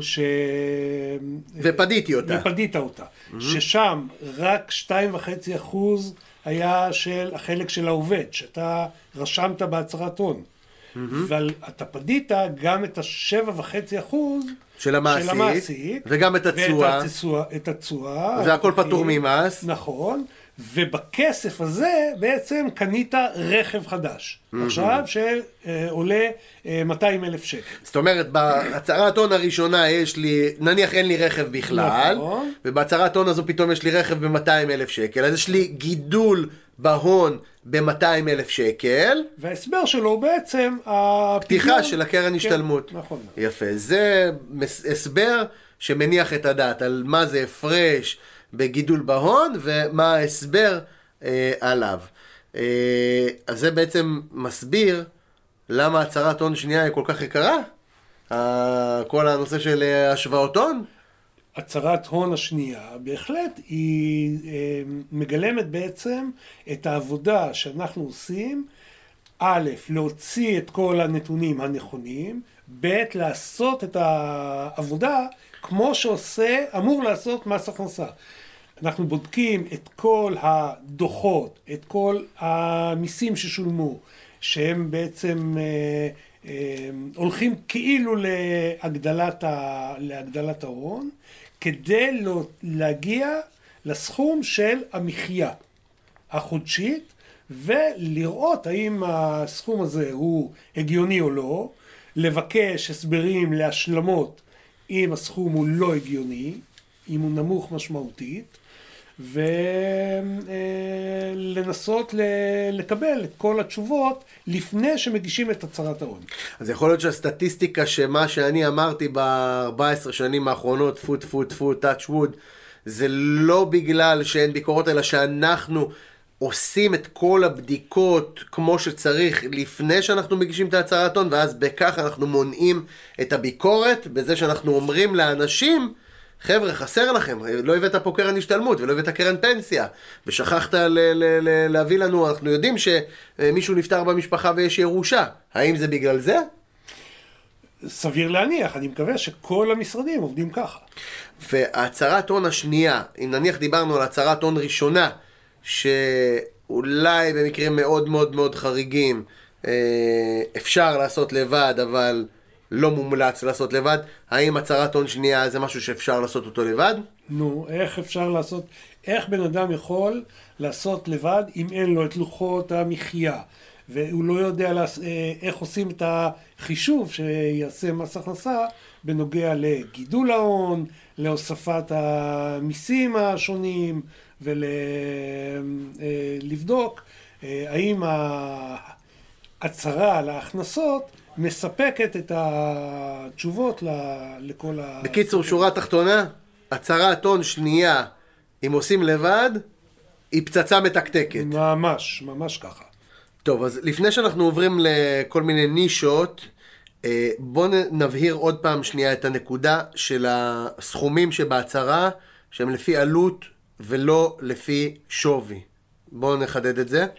ופדיתי אותה, ששם רק 2.5% היה של החלק של העובד, שאתה רשמת בהצהרת הון, ואתה פדית גם את ה7.5% של המעסיק, וגם את התשואה, והכל פטור ממס. נכון. ובכסף הזה בעצם קנית רכב חדש, עכשיו שעולה 200,000 שקל. זאת אומרת, בהצהרת הון הראשונה יש לי, נניח אין לי רכב בכלל, ובהצהרת הון הזו פתאום יש לי רכב ב200,000 שקל, אז יש לי גידול בהון ב200,000 שקל. וההסבר שלו הוא בעצם הפתיחה של הקרן השתלמות. נכון. יפה, זה הסבר שמניח את הדעת על מה זה הפרש בגידול בהון ומה ההסבר עליו. אז זה בעצם מסביר למה הצהרת הון שנייה היא כל כך יקרה? כל הנושא של השוואות הון? הצהרת הון השנייה בהחלט היא מגלמת בעצם את העבודה שאנחנו עושים, א', להוציא את כל הנתונים הנכונים, ב', לעשות את העבודה כמו אמור לעשות מס הכנסה. אנחנו בודקים את כל הדוחות, את כל המיסים ששולמו, שהם בעצם הולכים כאילו להגדלת ההון, כדי להגיע לסכום של המחיה החודשית, ולראות האם הסכום הזה הוא הגיוני או לא, לבקש הסברים להשלמות אם הסכום הוא לא הגיוני, אם הוא נמוך משמעותית, ולנסות לקבל את כל התשובות לפני שמגישים את הצהרת ההון. אז יכול להיות שהסטטיסטיקה שמה שאני אמרתי ב-14 שנים האחרונות, touch wood, זה לא בגלל שאין ביקורות, אלא שאנחנו עושים את כל הבדיקות כמו שצריך לפני שאנחנו מגישים את הצהרת הון, ואז בכך אנחנו מונעים את הביקורת, בזה שאנחנו אומרים לאנשים, חבר'ה, חסר לכם, לא הבאת פה קרן השתלמות ולא הבאת קרן פנסיה, ושכחת להביא לנו, אנחנו יודעים שמישהו נפטר במשפחה ויש ירושה. האם זה בגלל זה? סביר להניח, אני מקווה שכל המשרדים עובדים ככה. והצהרת הון השנייה, אם נניח דיברנו על הצהרת הון ראשונה, שאולי במקרים מאוד מאוד מאוד חריגים אפשר לעשות לבד, אבל לא מומלץ לעשות לבד, האם הצהרת הון שנייה זה משהו שאפשר לעשות אותו לבד? נו, איך אפשר לעשות, איך בן אדם יכול לעשות לבד אם אין לו את לוחות המחיה, והוא לא יודע איך עושים את החישוב שיעשה מס הכנסה בנוגע לגידול ההון, להוספת המיסים השונים, ולבדוק האם ההצהרה על ההכנסות מספקת את התשובות לכל בקיצור, שורה תחתונה, הצהרת הון שנייה, אם עושים לבד, היא פצצה מתקתקת. ממש, ממש ככה. טוב, אז לפני שאנחנו עוברים לכל מיני נישות, בואו נבהיר עוד פעם שנייה את הנקודה של הסכומים שבהצהרה, שהם לפי עלות ולא לפי שווי. בואו נחדד את זה.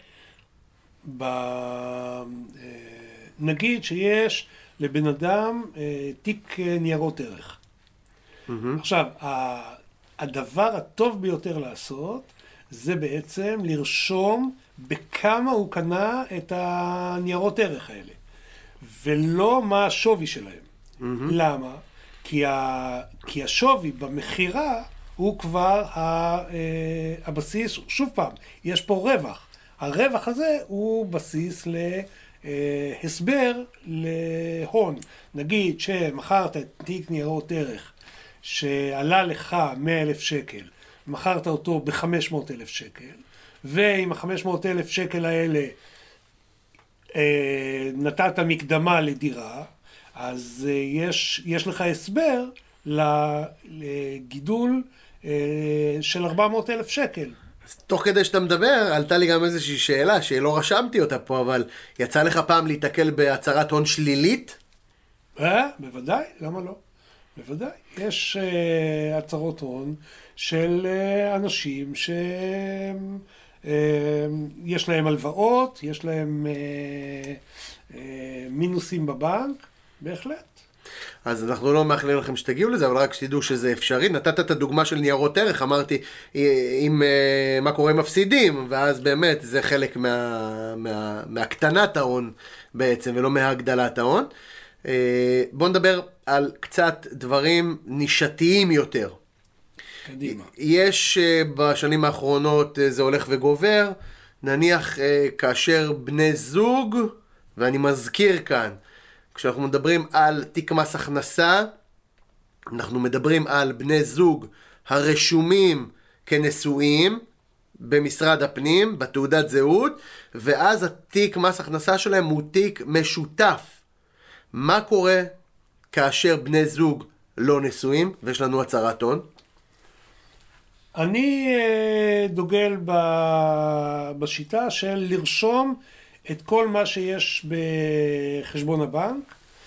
נגיד שיש לבן אדם תיק ניירות ערך. עכשיו, הדבר הטוב ביותר לעשות, זה בעצם לרשום בכמה הוא קנה את הניירות ערך האלה, ולא מה השווי שלהם. למה? כי השווי במחירה הוא כבר הבסיס, שוב פעם, יש פה רווח. הרווח הזה הוא בסיס להסבר להון. נגיד שמכרת את תיק ניירות ערך שעלה לך 100,000 שקל, מכרת אותו ב-500,000 שקל, ועם ה-500,000 שקל האלה נתת מקדמה לדירה, אז יש לך הסבר לגידול של 400,000 שקל. אז תוך כדי שאתה מדבר, עלתה לי גם איזושהי שאלה שלא רשמתי אותה פה, אבל יצא לך פעם להתקל בהצהרת הון שלילית? בוודאי, למה לא? בוודאי. יש הצהרות הון של אנשים שיש להם הלוואות, יש להם מינוסים בבנק, בהחלט. אז אנחנו לא מאחלים לכם שתגיעו לזה, אבל רק שתדעו שזה אפשרי. נתת את הדוגמה של ניירות ערך, אמרתי, מה קורה עם מפסידים, ואז באמת זה חלק מהקטנת ההון בעצם, ולא מהגדלת ההון. בואו נדבר על קצת דברים נישתיים יותר. קדימה. יש בשנים האחרונות, זה הולך וגובר, נניח כאשר בני זוג, ואני מזכיר כאן, כשאנחנו מדברים על תיק מס הכנסה, אנחנו מדברים על בני זוג הרשומים כנשואים במשרד הפנים, בתעודת זהות, ואז התיק מס הכנסה שלהם הוא תיק משותף. מה קורה כאשר בני זוג לא נשואים, ויש לנו הצהרת הון? אני דוגל בשיטה של לרשום את כל מה שיש בחשבון הבנק.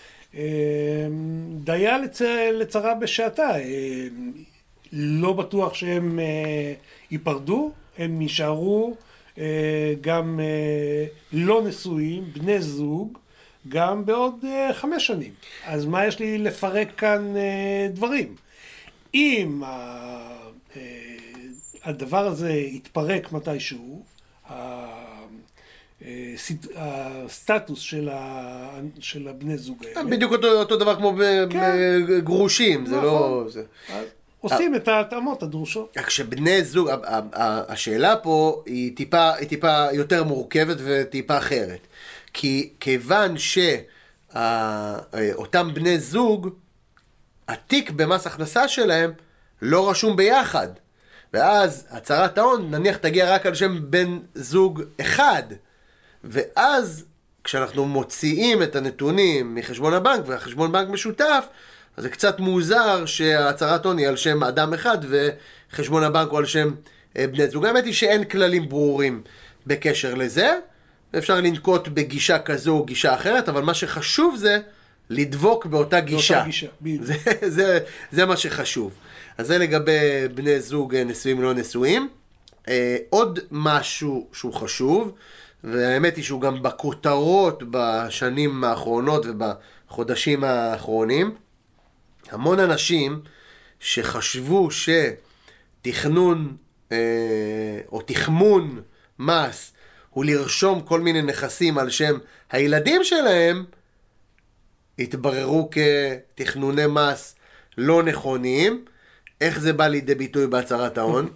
דיה לצרה בשעתה. לא בטוח שהם ייפרדו, הם יישארו גם לא נשואים, בני זוג, גם בעוד 5 שנים. אז מה יש לי לפרק כאן דברים? אם הדבר הזה יתפרק מתישהו, הסטטוס של הבני זוג האלה. בדיוק אותו דבר כמו בגרושים, זה לא... עושים את ההתאמות הדרושות. כשבני זוג, השאלה פה היא טיפה יותר מורכבת וטיפה אחרת. כי כיוון שאותם בני זוג, התיק במס הכנסה שלהם לא רשום ביחד. ואז הצהרת ההון נניח תגיע רק על שם בן זוג אחד. ואז כשאנחנו מוציאים את הנתונים מחשבון הבנק והחשבון בנק משותף, אז זה קצת מוזר שהצהרת הון היא על שם אדם אחד וחשבון הבנק הוא על שם בני זוג. האמת היא שאין כללים ברורים בקשר לזה, אפשר לנקוט בגישה כזו או גישה אחרת, אבל מה שחשוב זה לדבוק באותה גישה. זה מה שחשוב. אז זה לגבי בני זוג נשואים לא נשואים. עוד משהו שהוא חשוב, והאמת היא שהוא גם בכותרות בשנים האחרונות ובחודשים האחרונים, המון אנשים שחשבו שתכנון או תחמון מס הוא לרשום כל מיני נכסים על שם הילדים שלהם, התבררו כתכנוני מס לא נכונים. איך זה בא לידי ביטוי בהצהרת ההון?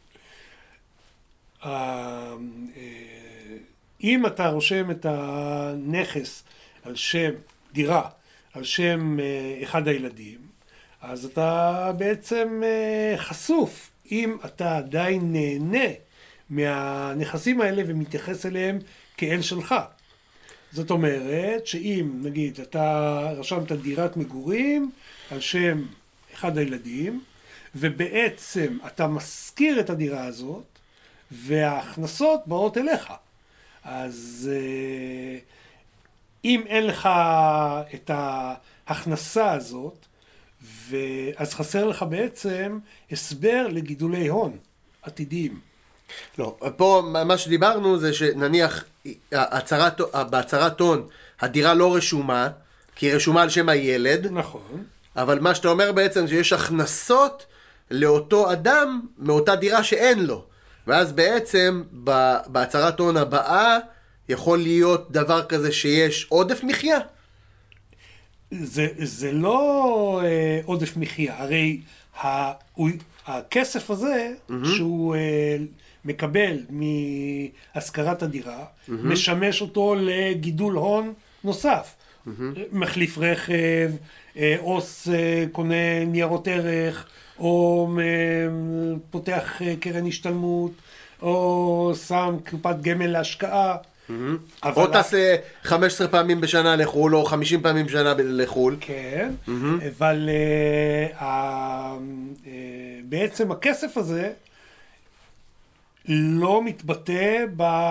אם אתה רושם את הנכס על שם דירה, על שם אחד הילדים, אז אתה בעצם חשוף, אם אתה עדיין נהנה מהנכסים האלה ומתייחס אליהם כאל שלך. זאת אומרת שאם נגיד אתה רשמת דירת מגורים על שם אחד הילדים, ובעצם אתה משכיר את הדירה הזאת, וההכנסות באות אליך. אז אם אין לך את ההכנסה הזאת, אז חסר לך בעצם הסבר לגידולי הון עתידיים. לא, פה מה שדיברנו זה שנניח בהצהרת הון הדירה לא רשומה, כי היא רשומה על שם הילד. נכון. אבל מה שאתה אומר בעצם שיש הכנסות לאותו אדם מאותה דירה שאין לו. ואז בעצם בהצהרת הון הבאה יכול להיות דבר כזה שיש עודף מחיה. זה לא עודף מחיה, הרי הכסף הזה שהוא מקבל מהשכרת הדירה, משמש אותו לגידול הון נוסף. מחליף רכב, או קונה ניירות ערך, או פותח קרן השתלמות, או שם קופת גמל להשקעה. או טסה 15 פעמים בשנה לחול, או 50 פעמים בשנה לחול. כן, אבל בעצם הכסף הזה לא מתבטא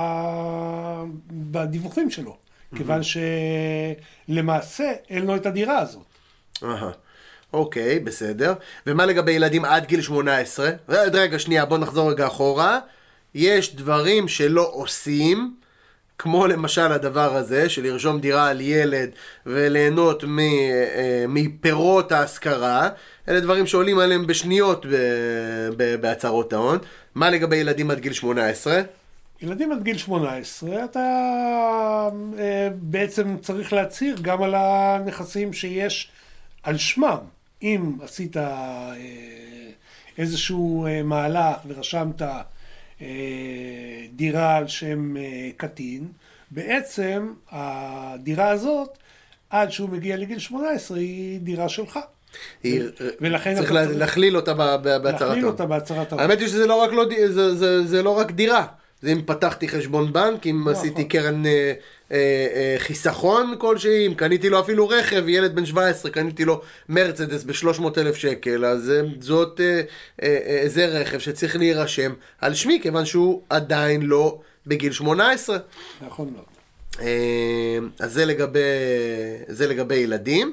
בדיווחים שלו, כיוון שלמעשה אין לו את הדירה הזאת. אוקיי, בסדר. ומה לגבי ילדים עד גיל 18? רגע, שנייה, בוא נחזור רגע אחורה. יש דברים שלא עושים, כמו למשל הדבר הזה, של לרשום דירה על ילד וליהנות מפירות ההשכרה. אלה דברים שעולים עליהם בשניות בהצהרות ההון. מה לגבי ילדים עד גיל 18? ילדים עד גיל 18, אתה בעצם צריך להצהיר גם על הנכסים שיש על שמם. אם עשית איזשהו מהלך ורשמת דירה על שם קטין, בעצם הדירה הזאת, עד שהוא מגיע לגיל 18, היא דירה שלך. צריך להכליל אותה בהצהרת ההון. האמת היא שזה לא רק דירה. זה אם פתחתי חשבון בנק, אם עשיתי קרן חיסכון כלשהי, אם קניתי לו אפילו רכב, ילד בן 17, קניתי לו מרצדס ב-300,000 שקל, אז זה רכב שצריך להירשם על שמי, כיוון שהוא עדיין לא בגיל 18. נכון מאוד. אז זה לגבי ילדים.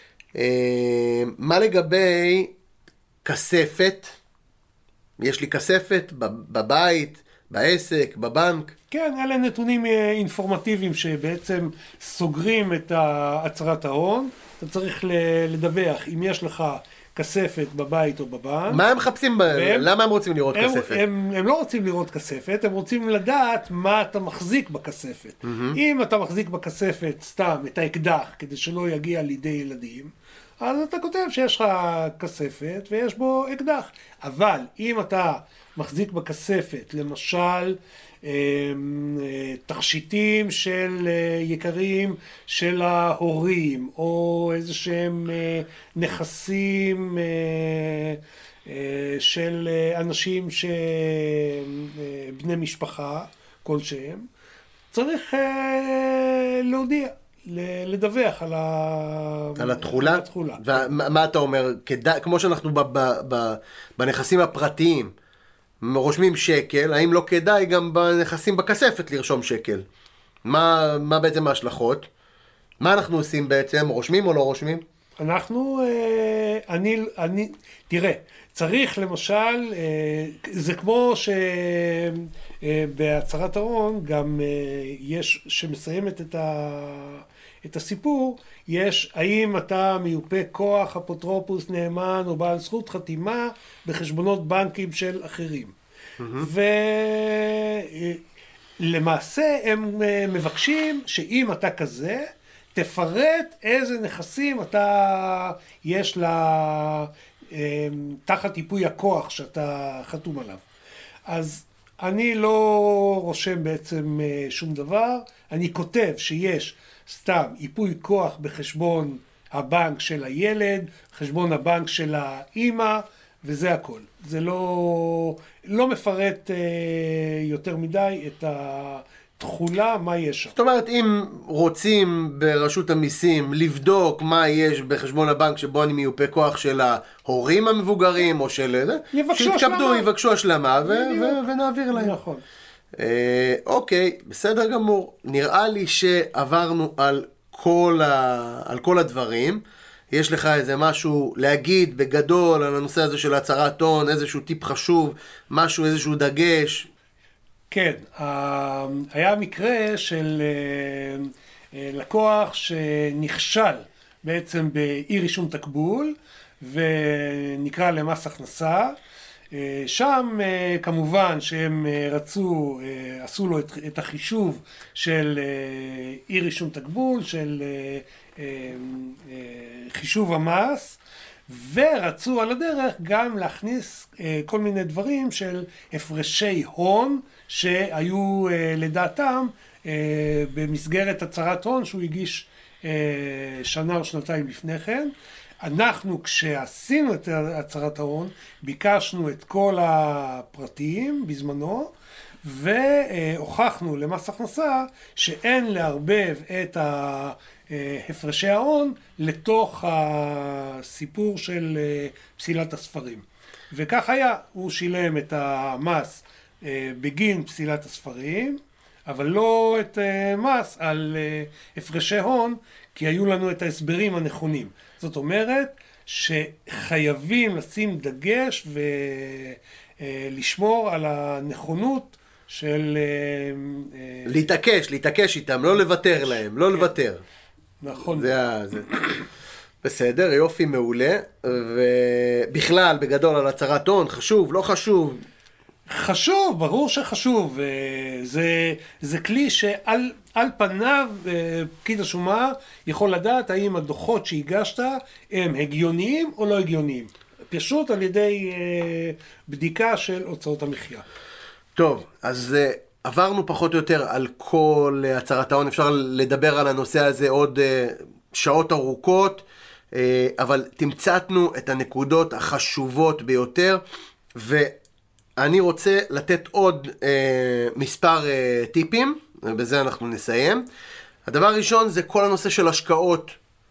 מה לגבי כספת? יש לי כספת בבית, בעסק, בבנק. כן, אלה נתונים אינפורמטיביים שבעצם סוגרים את הצהרת ההון. אתה צריך לדווח אם יש לך כספת בבית או בבנק. מה הם מחפשים בהם? למה הם רוצים לראות כספת? הם לא רוצים לראות כספת, הם רוצים לדעת מה אתה מחזיק בכספת. אם אתה מחזיק בכספת סתם את האקדח כדי שלא יגיע לידי ילדים, אז אתה כותב שיש לך כספת ויש בו אקדח. אבל אם אתה מחזיק בכספת, למשל, תכשיטים של יקרים של ההורים, או איזה שהם נכסים של אנשים בני משפחה כלשהם, צריך להודיע. לדווח על התחולה. ומה אתה אומר? כמו שאנחנו בנכסים הפרטיים רושמים שקל, האם לא כדאי גם בנכסים בכספת לרשום שקל? מה בעצם ההשלכות? מה אנחנו עושים בעצם? רושמים או לא רושמים? אנחנו, תראה, צריך למשל, זה כמו שבהצהרת ההון גם יש, שמסיימת את הסיפור, יש האם אתה מיופה כוח, אפוטרופוס, נאמן או בעל זכות חתימה בחשבונות בנקים של אחרים. ולמעשה הם מבקשים שאם אתה כזה, תפרט איזה נכסים אתה יש לה תחת ייפוי הכוח שאתה חתום עליו. אז אני לא רושם בעצם שום דבר, אני כותב שיש סתם ייפוי כוח בחשבון הבנק של הילד, חשבון הבנק של האמא, וזה הכל. זה לא מפרט יותר מדי את תחולה, מה יש שם. זאת אומרת, אם רוצים ברשות המיסים לבדוק מה יש בחשבון הבנק שבו אני מיופה כוח של ההורים המבוגרים או של זה, שיתכבדו, יבקשו השלמה ונעביר להם. נכון. אוקיי, בסדר גמור. נראה לי שעברנו על כל הדברים. יש לך איזה משהו להגיד בגדול על הנושא הזה של הצהרת הון, איזשהו טיפ חשוב, משהו, איזשהו דגש? כן, היה מקרה של לקוח שנכשל בעצם באי רישום תקבול ונקרא למס הכנסה. שם כמובן שהם עשו לו את החישוב של אי רישום תקבול, של חישוב המס, ורצו על הדרך גם להכניס כל מיני דברים של הפרשי הון שהיו לדעתם במסגרת הצהרת הון שהוא הגיש שנה או שנתיים לפני כן. אנחנו כשעשינו את הצהרת ההון ביקשנו את כל הפרטים בזמנו והוכחנו למס הכנסה שאין לערבב את הפרשי ההון לתוך הסיפור של פסילת הספרים. וכך היה, הוא שילם את המס בגין פסילת הספרים, אבל לא את מס על הפרשי הון, כי היו לנו את ההסברים הנכונים. זאת אומרת שחייבים לשים דגש ולשמור על הנכונות של להתעקש איתם, לא לוותר להם, לא לוותר. נכון. זה. בסדר, יופי, מעולה. ובכלל, בגדול על הצהרת הון, חשוב, לא חשוב? חשוב, ברור שחשוב. זה כלי שעל פניו פקיד השומה יכול לדעת האם הדוחות שהגשת הם הגיוניים או לא הגיוניים. פשוט על ידי בדיקה של הוצאות המחיה. טוב, אז עברנו פחות או יותר על כל הצהרת ההון. אפשר לדבר על הנושא הזה עוד שעות ארוכות, אבל תמצתנו את הנקודות החשובות ביותר, ואני רוצה לתת עוד מספר טיפים, ובזה אנחנו נסיים. הדבר הראשון זה כל הנושא של השקעות,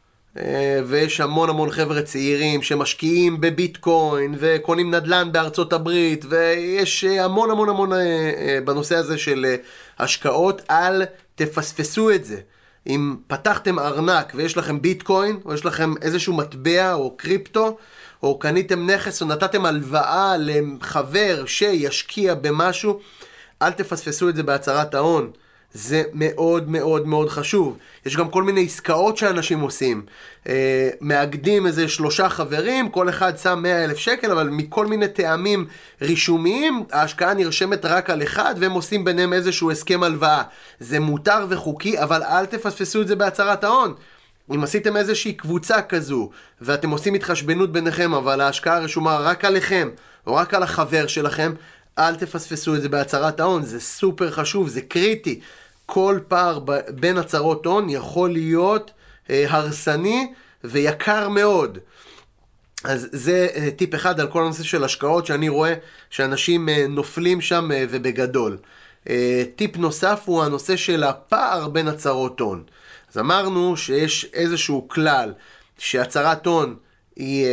ויש המון חבר'ה צעירים שמשקיעים בביטקוין וקונים נדל"ן בארצות הברית, ויש המון בנושא הזה של השקעות. אל תפספסו את זה. אם פתחתם ארנק ויש לכם ביטקוין, או יש לכם איזשהו מטבע או קריפטו, או קניתם נכס או נתתם הלוואה לחבר שישקיע במשהו, אל תפספסו את זה בהצהרת ההון. זה מאוד חשוב. יש גם כל מיני עסקאות שאנשים עושים. מאגדים איזה 3 חברים, כל אחד שם 100,000 שקל, אבל מכל מיני טעמים רישומיים, ההשקעה נרשמת רק על אחד, והם עושים ביניהם איזשהו הסכם הלוואה. זה מותר וחוקי, אבל אל תפספסו את זה בהצהרת ההון. אם עשיתם איזושהי קבוצה כזו, ואתם עושים התחשבנות ביניכם, אבל ההשקעה רשומה רק עליכם, או רק על החבר שלכם, אל תפספסו את זה בהצהרת ההון. זה סופר חשוב, זה קריטי. כל פער בין הצהרות הון יכול להיות הרסני ויקר מאוד. אז זה טיפ אחד על כל הנושא של השקעות שאני רואה שאנשים נופלים שם ובגדול. טיפ נוסף הוא הנושא של הפער בין הצהרות הון. אז אמרנו שיש איזשהו כלל שהצהרת הון היא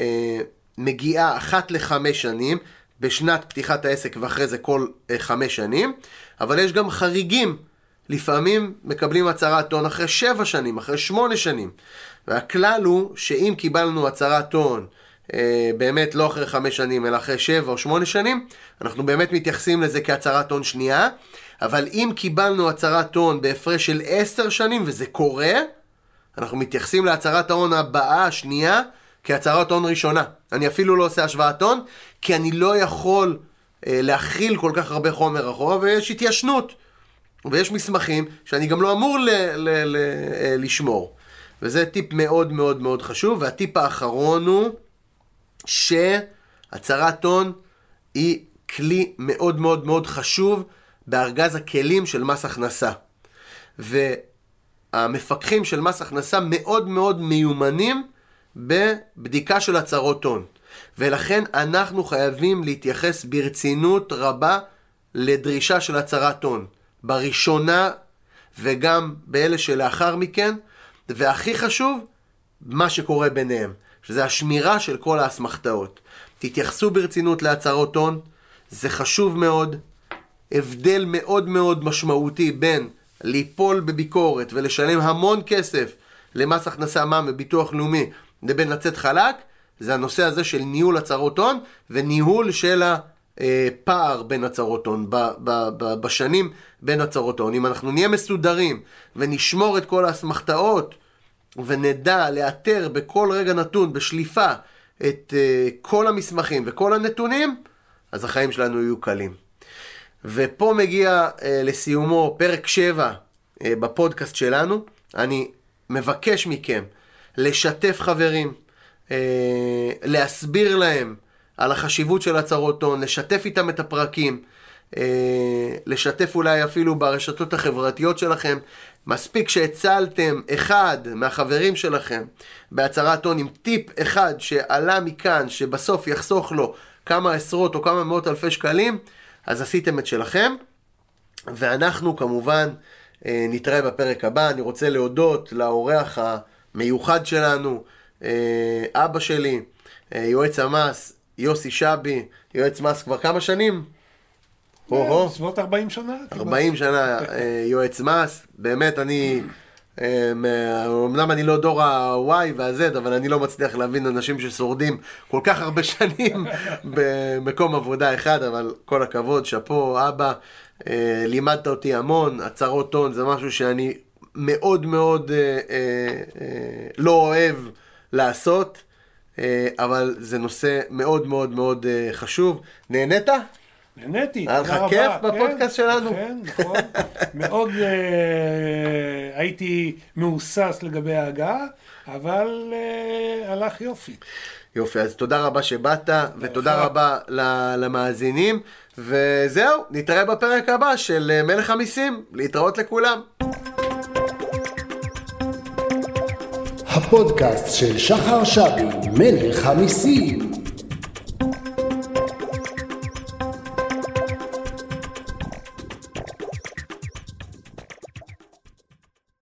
מגיעה 1 ל5 שנים, בשנת פתיחת העסק ואחרי זה כל 5 שנים, אבל יש גם חריגים לפעמים מקבלים הצהרת הון אחרי 7 שנים, אחרי 8 שנים. והכלל הוא שאם קיבלנו הצהרת הון, באמת לא אחרי 5 שנים, אלא אחרי 7 או 8 שנים, אנחנו באמת מתייחסים לזה כהצהרת הון שנייה. אבל אם קיבלנו הצהרת הון בהפרש של 10 שנים, וזה קורה, אנחנו מתייחסים להצהרת ההון הבאה, השנייה, כהצהרת הון ראשונה. אני אפילו לא עושה השוואת הון, כי אני לא יכול להכיל כל כך הרבה חומר אחורה, ויש התיישנות, ויש מסמכים שאני גם לא אמור לשמור. וזה טיפ מאוד מאוד מאוד חשוב. והטיפ האחרון הוא שהצהרת הון היא כלי מאוד מאוד מאוד חשוב בארגז הכלים של מס הכנסה. והמפקחים של מס הכנסה מאוד מאוד מיומנים בבדיקה של הצהרות הון. ולכן אנחנו חייבים להתייחס ברצינות רבה לדרישה של הצהרת הון. בראשונה וגם באלה שלאחר מכן. והכי חשוב, מה שקורה ביניהם. שזה השמירה של כל האסמכתאות. תתייחסו ברצינות להצהרות הון. זה חשוב מאוד. הבדל מאוד מאוד משמעותי בין ליפול בביקורת ולשלם המון כסף למס הכנסה מע"מ וביטוח לאומי לבין לצאת חלק, זה הנושא הזה של ניהול הצהרות הון וניהול של הפער בין הצהרות הון, בשנים בין הצהרות הון. אם אנחנו נהיה מסודרים ונשמור את כל האסמכתאות ונדע לאתר בכל רגע נתון בשליפה את כל המסמכים וכל הנתונים, אז החיים שלנו יהיו קלים. ופה מגיע לסיומו פרק 7 בפודקאסט שלנו. אני מבקש מכם לשתף חברים, להסביר להם על החשיבות של הצהרות הון, לשתף איתם את הפרקים, לשתף אולי אפילו ברשתות החברתיות שלכם. מספיק שהצלתם אחד מהחברים שלכם בהצהרת הון עם טיפ אחד שעלה מכאן, שבסוף יחסוך לו כמה עשרות או כמה מאות אלפי שקלים, אז עשיתם את שלכם. ואנחנו כמובן נתראה בפרק הבא. אני רוצה להודות לאורח המיוחד שלנו, אבא שלי, יועץ המס, יוסי שבי, יועץ מס כבר כמה שנים? בסביבות 40 שנה. 40 שנה יועץ מס. באמת אמנם אני לא דור ה-Y וה-Z, אבל אני לא מצליח להבין אנשים ששורדים כל כך הרבה שנים במקום עבודה אחד. אבל כל הכבוד, שפו אבא, לימדת אותי המון. הצהרות הון זה משהו שאני מאוד מאוד לא אוהב לעשות, אבל זה נושא מאוד מאוד מאוד חשוב. נהנית? נהניתי, היה לך כיף בפודקאסט שלנו? כן, נכון. מאוד הייתי מאוסס לגבי ההגעה, אבל הלך יופי. יופי, אז תודה רבה שבאת, ותודה רבה למאזינים, וזהו, נתראה בפרק הבא של מלך המיסים. להתראות לכולם. הפודקאסט של שחר שבי, מלך המיסים.